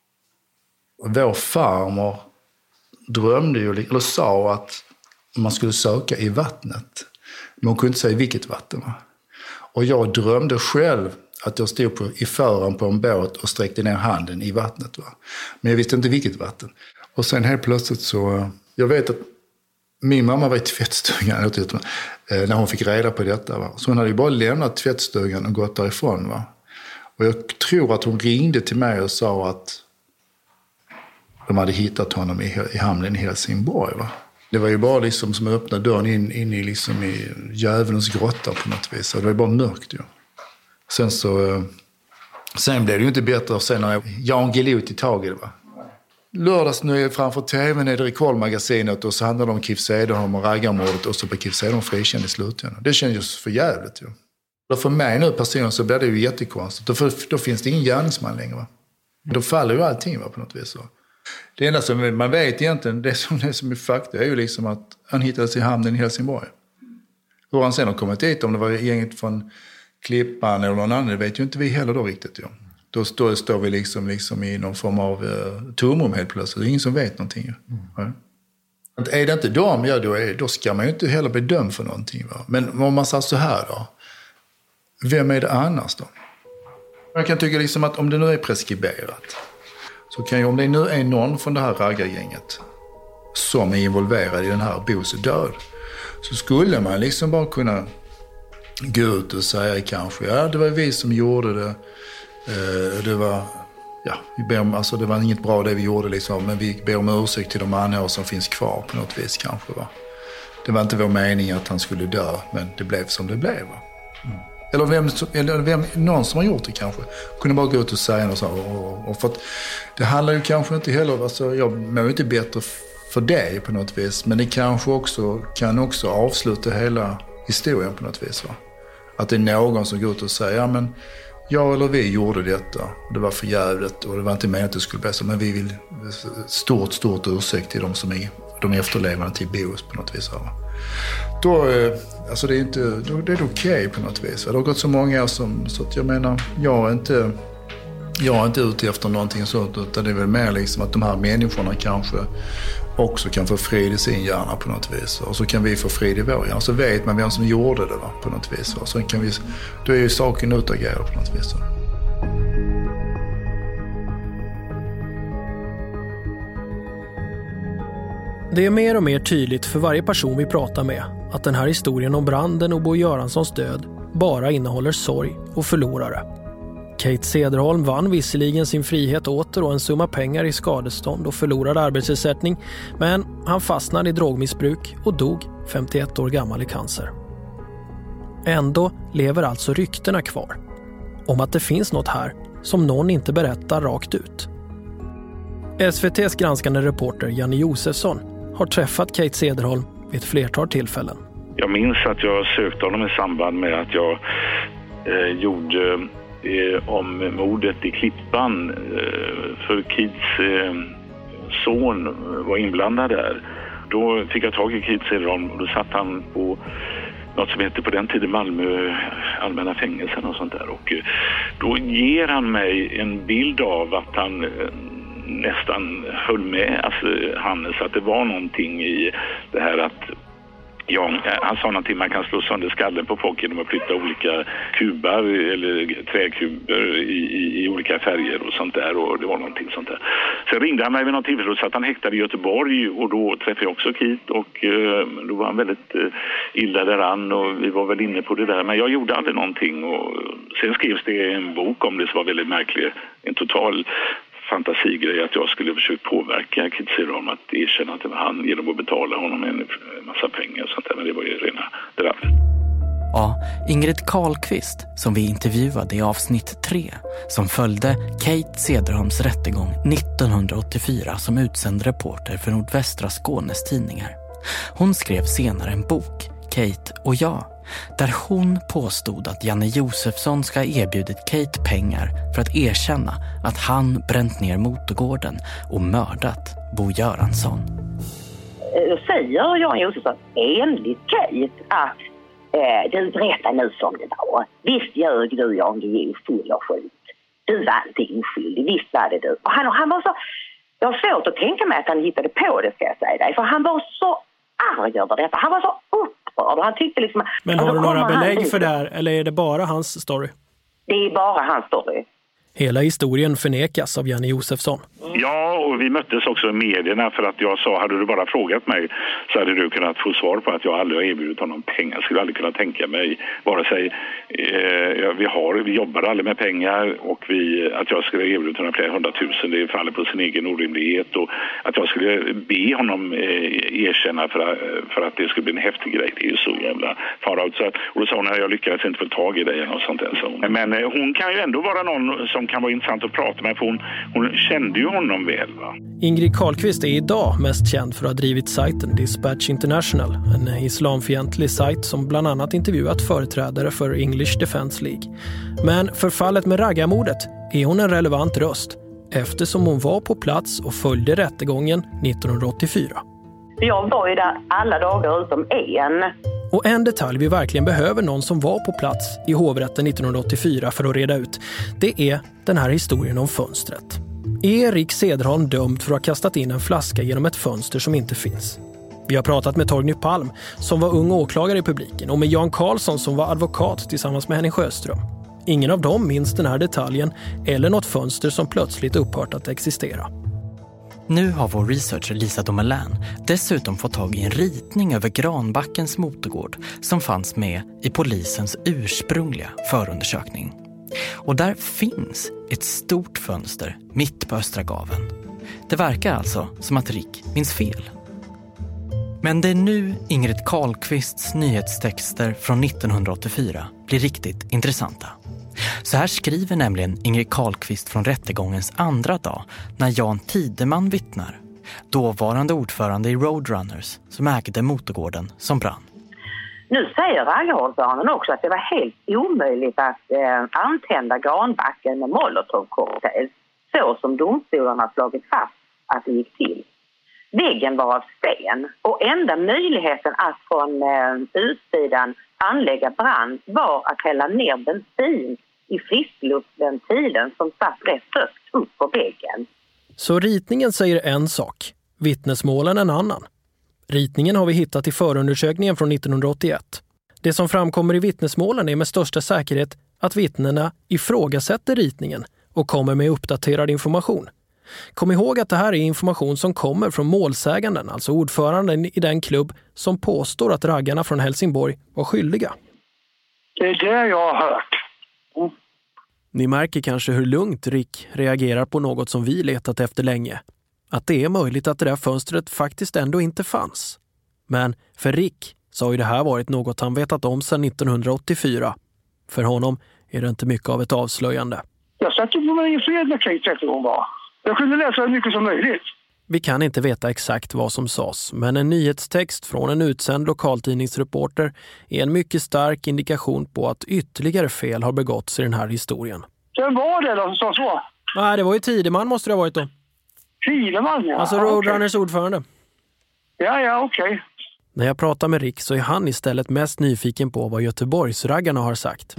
Vår farmor drömde ju, eller sa att man skulle söka i vattnet. Men hon kunde inte säga vilket vatten. Va? Och jag drömde själv att jag stod på, i fören på en båt och sträckte ner handen i vattnet. Va? Men jag visste inte vilket vatten. Och sen helt plötsligt så... Jag vet att min mamma var i tvättstugan när hon fick reda på detta. Va? Så hon hade ju bara lämnat tvättstugan och gått därifrån. Va? Och jag tror att hon ringde till mig och sa att de hade hittat honom i, i hamnen i Helsingborg. Va? Det var ju bara liksom som att öppna dörren in, in i, liksom i djävulens grotta på något vis. Det var ju bara mörkt ju. Sen så... Sen blev det ju inte bättre sen när Jan Guillou till taget. Va? Lördags nu framför tvn är det Recall-magasinet och så handlar det om Keith Cederholm och raggarmordet och så blir Keith Cederholm frikänd i slutändan. Det känns ju för jävligt ju. Och för mig nu personligen så blir det ju jättekonstigt. Då, för, då finns det ingen gärningsman längre. Va? Då faller ju allting va, på något vis. Va? Det enda som man vet egentligen, det som, det som är fakta är ju liksom att han hittades i hamnen i Helsingborg. Hur han sen har kommit dit, om det var gänget från Klippan eller någon annan, det vet ju inte vi heller då riktigt ju. Då står, står vi liksom, liksom i någon form av uh, tomrum helt plötsligt. Det är ingen som vet någonting. Mm. Ja. Är det inte dem, ja, då, är, då ska man ju inte heller bli dömd för någonting. Va? Men om man säger så här då. Vem är det annars då? Jag kan tycka liksom att om det nu är preskriberat. Så kan ju, om det nu är någon från det här raggargänget som är involverad i den här Bos död. Så skulle man liksom bara kunna gå ut och säga kanske. Ja, det var vi som gjorde det. Det var, ja, vi ber om, alltså det var inget bra det vi gjorde liksom, men vi ber om ursäkt till de anhöriga som finns kvar på något vis kanske. Va? Det var inte vår mening att han skulle dö, men det blev som det blev. Va? Mm. Eller, vem, eller vem, någon som har gjort det kanske kunde bara gå ut och säga något så. Och, och för att det handlar ju kanske inte heller, alltså, jag mår inte bättre för dig på något vis, men det kanske också kan också avsluta hela historien på något vis. Va? Att det är någon som går ut och säger, ja men jag eller vi gjorde detta och det var för jävligt och det var inte meningen att det skulle bli så, men vi vill stort, stort ursäkt till de som är de efterlevande till Bos på något vis. Va? Då, alltså det är inte, då, det är okej okay på något vis. Va? Det har gått så många år som, så att jag menar, jag är inte, jag är inte ute efter någonting sånt, utan det är väl mer liksom att de här människorna kanske också kan få frid i sin hjärna på något vis. Och så kan vi få frid i vår hjärna. Så vet man vem som gjorde det va, på något vis. Och så kan vi, då är ju saken utagerad på något vis. Va? Det är mer och mer tydligt för varje person vi pratar med att den här historien om branden och Bo Göranssons död bara innehåller sorg och förlorare. Keith Cederholm vann visserligen sin frihet åter och en summa pengar i skadestånd och förlorad arbetsersättning, men han fastnade i drogmissbruk och dog femtioett år gammal i cancer. Ändå lever alltså ryktena kvar om att det finns något här som någon inte berättar rakt ut. S V T:s granskande reporter Janne Josefsson har träffat Keith Cederholm vid ett flertal tillfällen. Jag minns att jag sökte honom i samband med att jag eh, gjorde eh, om mordet i Klippan eh, för Keiths eh, son var inblandad där. Då fick jag tag i Keith Cederholm och då satt han på något som heter på den tiden Malmö allmänna fängelsen och sånt där. Och eh, då ger han mig en bild av att han eh, nästan höll med, alltså Hannes, att det var någonting i det här att ja, han sa någonting, man kan slå sönder skallen på folk genom att flytta olika kubar eller träkuber i, i, i olika färger och sånt där, och det var någonting sånt där. Sen ringde han mig vid något tillfälle och satt han häktad i Göteborg och då träffade jag också Keith och eh, då var han väldigt eh, illa däran och vi var väl inne på det där, men jag gjorde aldrig någonting och sen skrevs det en bok om det som var väldigt märklig, en total fantasigrej att jag skulle försöka påverka Keith Cederholm att erkänna att det var han genom att betala honom en massa pengar och sånt där, men det var ju rena drabbet. Ja, Ingrid Karlqvist, som vi intervjuade i avsnitt tre, som följde Kate Cederholms rättegång nittonhundraåttiofyra som utsänd reporter för Nordvästra Skånes tidningar. Hon skrev senare en bok, Kate och jag, där hon påstod att Janne Josefsson ska ha erbjudit Kate pengar för att erkänna att han bränt ner motorgården och mördat Bo Göransson. Då säger Jan Josefsson enligt Kate att eh, du berättar nu som det var. Visst ljög du, Jan Guillou, full av skit. Du var inte oskyldig, visst var det du. Och han, han var så... Jag har svårt att tänka mig att han hittade på det, ska jag säga dig. För han var så arg över detta. Han var så upprörd. Och han tyckte liksom... Men har du några belägg för det här, eller är det bara hans story? Det är bara hans story. Hela historien förnekas av Janne Josefsson. Ja, och vi möttes också i medierna för att jag sa, hade du bara frågat mig så hade du kunnat få svar på att jag aldrig har erbjudit honom pengar. Jag skulle aldrig kunna tänka mig, vare sig eh, vi, har, vi jobbar aldrig med pengar och vi, att jag skulle erbjuda honom flera hundratusen, det faller på sin egen orimlighet. Och att jag skulle be honom eh, erkänna för, för att det skulle bli en häftig grej, det är ju så jävla farligt. Så, och då sa hon att jag lyckades inte få tag i dig eller något sånt där. Så. Men eh, hon kan ju ändå vara någon som kan vara intressant att prata med, för hon, hon kände ju honom väl, va? Ingrid Karlqvist är idag mest känd för att ha drivit sajten Dispatch International, en islamfientlig sajt som bland annat intervjuat företrädare för English Defence League. Men för fallet med raggarmordet är hon en relevant röst eftersom hon var på plats och följde rättegången nittonhundraåttiofyra. Jag var ju där alla dagar utom en. Och en detalj vi verkligen behöver någon som var på plats i hovrätten nittonhundraåttiofyra för att reda ut, det är den här historien om fönstret. Är Rick Cederholm dömd för att ha kastat in en flaska genom ett fönster som inte finns? Vi har pratat med Torgny Palm som var ung åklagare i publiken och med Jan Karlsson som var advokat tillsammans med Henning Sjöström. Ingen av dem minns den här detaljen eller något fönster som plötsligt upphört att existera. Nu har vår researcher Lisa Domelin dessutom fått tag i en ritning över Granbackens motorgård som fanns med i polisens ursprungliga förundersökning. Och där finns ett stort fönster mitt på östra gaven. Det verkar alltså som att Rick minns fel. Men det är nu Ingrid Karlqvists nyhetstexter från nittonhundraåttiofyra blir riktigt intressanta. Så här skriver nämligen Ingrid Karlqvist från rättegångens andra dag när Jan Tideman vittnar, dåvarande ordförande i Roadrunners som ägde motorgården som brann. Nu säger raggarordföranden också att det var helt omöjligt att eh, antända Granbacken med molotovcocktail så som domstolarna slagit fast att det gick till. Väggen var av sten och enda möjligheten att från eh, utsidan anlägga brand var att hälla ner bensin i friskluftventilен som satt rätt högt upp på väggen. Så ritningen säger en sak, vittnesmålen en annan. Ritningen har vi hittat i förundersökningen från nittonhundraåttioett. Det som framkommer i vittnesmålen är med största säkerhet att vittnena ifrågasätter ritningen och kommer med uppdaterad information. Kom ihåg att det här är information som kommer från målsäganden, alltså ordföranden i den klubb som påstår att raggarna från Helsingborg var skyldiga. Det är det jag har hört. Mm. Ni märker kanske hur lugnt Rick reagerar på något som vi letat efter länge. Att det är möjligt att det där fönstret faktiskt ändå inte fanns. Men för Rick så har ju det här varit något han vetat om sedan nittonhundraåttiofyra. För honom är det inte mycket av ett avslöjande. Jag satt ju på mig i fred när Kate Cederholm var. Jag kunde läsa så mycket som möjligt. Vi kan inte veta exakt vad som sades, men en nyhetstext från en utsänd lokaltidningsreporter är en mycket stark indikation på att ytterligare fel har begåtts i den här historien. Vem var det då som sa så? Nej, det var ju Tideman måste det ha varit då. Tideman, ja. Alltså Roadrunners okay. ordförande. Ja, ja, okej. Okay. När jag pratar med Rick så är han istället mest nyfiken på vad Göteborgsraggarna har sagt.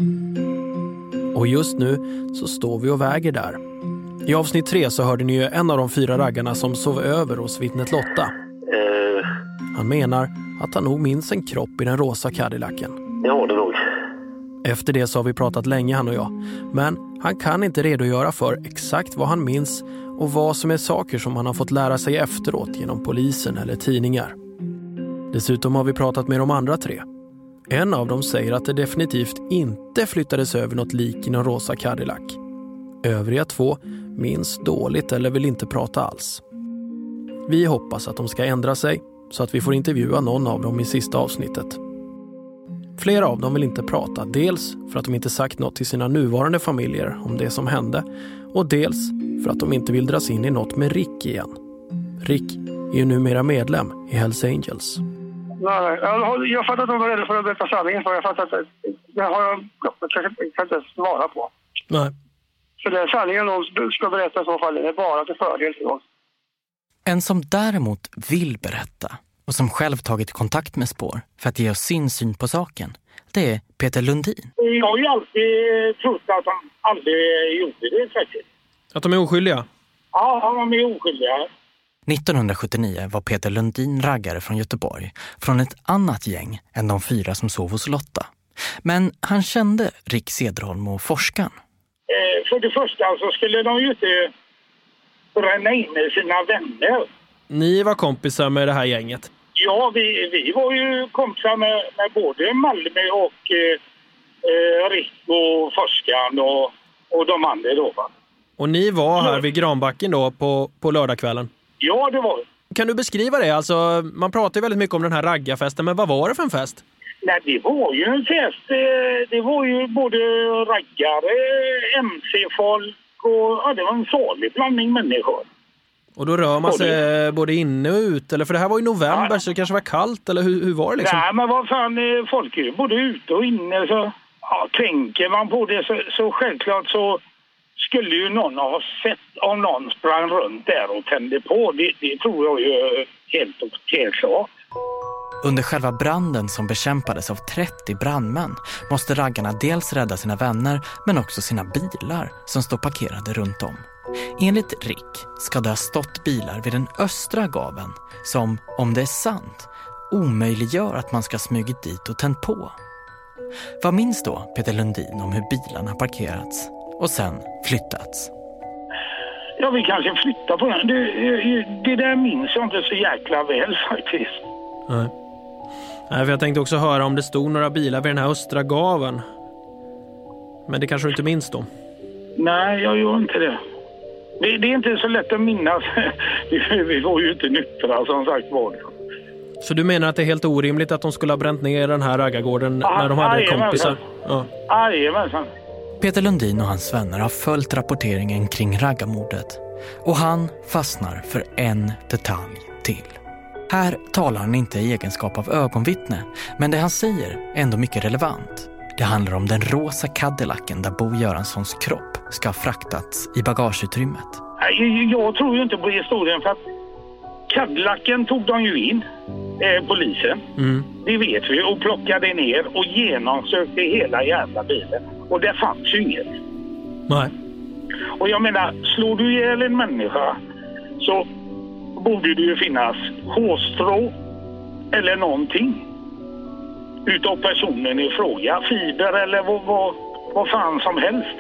Och just nu så står vi och väger där. I avsnitt tre så hörde ni ju en av de fyra raggarna som sov över hos vittnet Lotta. Uh. Han menar att han nog minns en kropp i den rosa Cadillacen. Ja, det nog. Efter det så har vi pratat länge han och jag. Men han kan inte redogöra för exakt vad han minns och vad som är saker som han har fått lära sig efteråt genom polisen eller tidningar. Dessutom har vi pratat med de andra tre. En av dem säger att det definitivt inte flyttades över något lik i någon rosa Cadillac. Övriga två minns dåligt eller vill inte prata alls. Vi hoppas att de ska ändra sig så att vi får intervjua någon av dem i sista avsnittet. Flera av dem vill inte prata, dels för att de inte sagt något till sina nuvarande familjer om det som hände och dels för att de inte vill dras in i något med Rick igen. Rick är ju numera medlem i Hells Angels. Nej, jag, jag fattar att de var rädda för att berätta sanningen, för jag fattar att det har jag, jag kan, kan inte svara på. Nej. För det är sanningen de ska berätta i så fall, det är bara till fördel för oss. En som däremot vill berätta och som själv tagit kontakt med Spår för att ge oss sin syn på saken, det är Peter Lundin. Jag har ju alltid trott att de aldrig gjorde det faktiskt. Att de är oskyldiga? Ja, de är oskyldiga. nittonhundrasjuttionio var Peter Lundin raggare från Göteborg, från ett annat gäng än de fyra som sov hos Lotta. Men han kände Rick Cederholm och forskaren. Eh, för det första så skulle de ju inte bränna in med sina vänner. Ni var kompisar med det här gänget? Ja, vi, vi var ju kompisar med, med både Malmö och eh, Rick och forskaren och, och de andra då. Va? Och ni var här vid Granbacken då på, på lördagskvällen? Ja, det var det. Kan du beskriva det? Alltså, man pratar ju väldigt mycket om den här raggarfesten, men vad var det för en fest? Nej, det var ju en fest. Det var ju både raggare, M C-folk och ja, det var en salig blandning människor. Och då rör man sig både inne och ut? Eller för det här var i november, ja. Så det kanske var kallt, eller hur, hur var det liksom? Nej, men vad fan, folk är ju både ute och inne, så ja, tänker man på det så, så självklart så skulle ju någon ha sett om någon sprang runt där och tände på. Det, det tror jag ju helt och helt klart. Under själva branden som bekämpades av trettio brandmän måste raggarna dels rädda sina vänner men också sina bilar som står parkerade runt om. Enligt Rick ska det ha stått bilar vid den östra gaven som, om det är sant, omöjliggör att man ska smugit dit och tänt på. Vad minns då Peter Lundin om hur bilarna parkerats och sen flyttats? Ja, vi kanske flyttar på den. Det, det där minns jag inte så jäkla väl faktiskt. Nej. Nej, för jag tänkte också höra om det stod några bilar vid den här östra gaven. Men det kanske du inte minns då? Nej, jag gör inte det. Det, det är inte så lätt att minnas. Vi får ju inte nyktra som sagt var. Så du menar att det är helt orimligt att de skulle ha bränt ner den här raggargården ah, när de hade aj, kompisar? Ja. Jajamensan. Peter Lundin och hans vänner har följt rapporteringen kring raggarmordet. Och han fastnar för en detalj till. Här talar han inte i egenskap av ögonvittne, men det han säger är ändå mycket relevant. Det handlar om den rosa Cadillacen där Bo Göranssons kropp ska ha fraktats i bagageutrymmet. Jag tror ju inte på historien för att Cadillacen tog de ju in, eh, polisen. Mm. Det vet vi, och plockade ner och genomsökte hela jävla bilen. Och det fanns ju inget. Nej. Och jag menar, slår du ihjäl en människa så borde det ju finnas hårstrå eller någonting utav personen i fråga. Fiber eller vad, vad, vad fan som helst.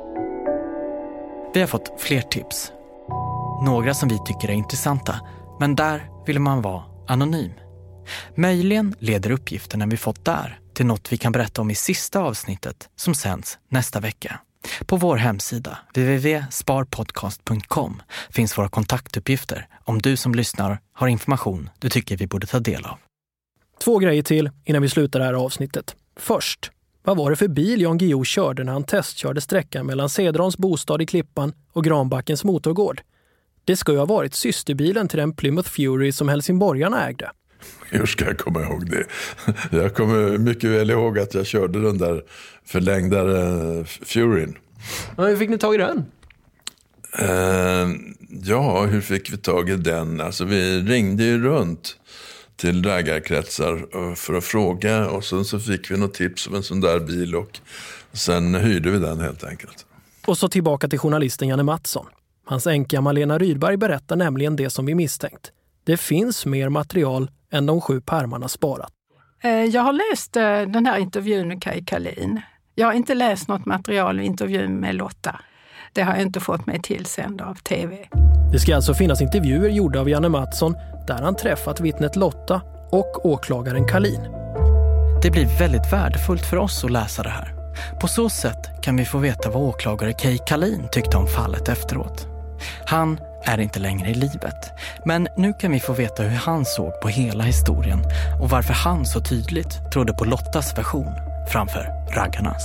Vi har fått fler tips. Några som vi tycker är intressanta, men där vill man vara anonym. Möjligen leder uppgifterna vi fått där till något vi kan berätta om i sista avsnittet som sänds nästa vecka. På vår hemsida w w w punkt sparpodcast punkt com finns våra kontaktuppgifter om du som lyssnar har information du tycker vi borde ta del av. Två grejer till innan vi slutar det här avsnittet. Först, vad var det för bil Jan Guillou körde när han testkörde sträckan mellan Cederholms bostad i Klippan och Granbackens motorgård? Det ska ju ha varit systerbilen till den Plymouth Fury som helsingborgarna ägde. Hur ska jag komma ihåg det? Jag kommer mycket väl ihåg att jag körde den där förlängdare Furyn. Ja, hur fick ni tag i den? Uh, ja, hur fick vi tag i den? Alltså vi ringde ju runt till raggarkretsar för att fråga. Och sen så fick vi något tips om en sån där bil och sen hyrde vi den helt enkelt. Och så tillbaka till journalisten Janne Mattsson. Hans änka Malena Rydberg berättar nämligen det som vi misstänkt. Det finns mer material än de sju pärmarna sparat. Jag har läst den här intervjun med Kaj Kalin. Jag har inte läst något material i intervjun med Lotta. Det har jag inte fått mig tillsänd av tv. Det ska alltså finnas intervjuer gjorda av Janne Mattsson där han träffat vittnet Lotta och åklagaren Kalin. Det blir väldigt värdefullt för oss att läsa det här. På så sätt kan vi få veta vad åklagare Kaj Kalin tyckte om fallet efteråt. Han är inte längre i livet. Men nu kan vi få veta hur han såg på hela historien och varför han så tydligt trodde på Lottas version framför raggarnas.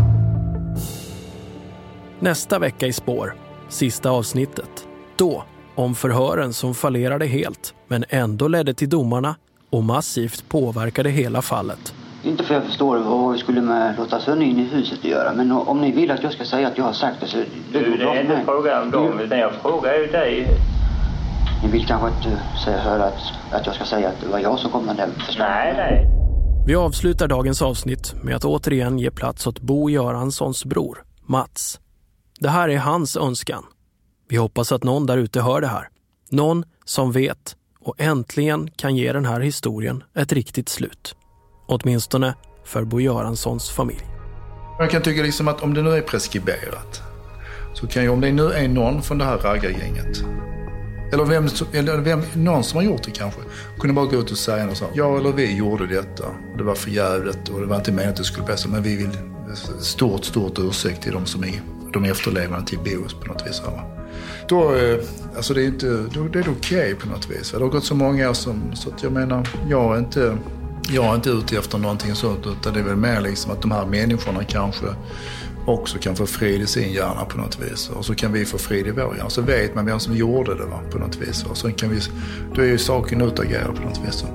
Nästa vecka i Spår, sista avsnittet. Då om förhören som fallerade helt men ändå ledde till domarna och massivt påverkade hela fallet. Inte för jag förstår vad vi skulle med Lotta Sönne in i huset att göra. Men om ni vill att jag ska säga att jag har sagt det så... Det, du, det är inte fråga om dem, utan jag frågar ju dig. Ni vill kanske inte säga, höra att, att jag ska säga att det var jag som kom med den förslaget. Nej, nej. Vi avslutar dagens avsnitt med att återigen ge plats åt Bo Göranssons bror, Mats. Det här är hans önskan. Vi hoppas att någon där ute hör det här. Någon som vet och äntligen kan ge den här historien ett riktigt slut. Åtminstone för Bo Göranssons familj. Jag kan tycka liksom att om det nu är preskriberat så kan ju, om det nu är någon från det här raggargänget eller, vem, eller vem, någon som har gjort det kanske, kunde bara gå ut och säga något sånt. Ja, eller vi gjorde detta. Det var för jävligt och det var inte meningen att det skulle bli så, men vi vill stort, stort ursäkt till de som är de efterlevande till Bohus på något vis. Då, alltså det är inte, då, det är okej okay på något vis. Det har gått så många år som, så att jag menar, jag är inte... Jag är inte ute efter någonting sånt, utan det är väl mer liksom att de här människorna kanske också kan få frid i sin hjärna på något vis. Och så kan vi få frid i vår hjärna. Så vet man vem som gjorde det, va, på något vis. Och så kan vi, då är ju saken utagerad på något vis.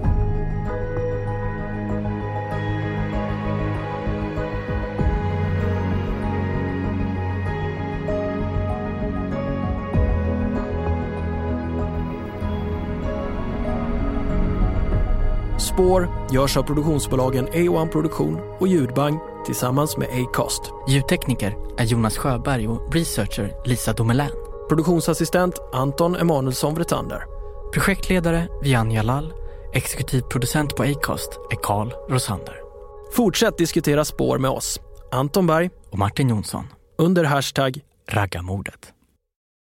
Spår görs av produktionsbolagen A ett Produktion och Ljudbang tillsammans med Acast. Ljudtekniker är Jonas Sjöberg och researcher Lisa Domelän. Produktionsassistent Anton Emanuelsson Vretander. Projektledare Vianja Lall. Exekutiv producent på Acast är Carl Rosander. Fortsätt diskutera Spår med oss, Anton Berg och Martin Jonsson. Under hashtag Raggarmordet.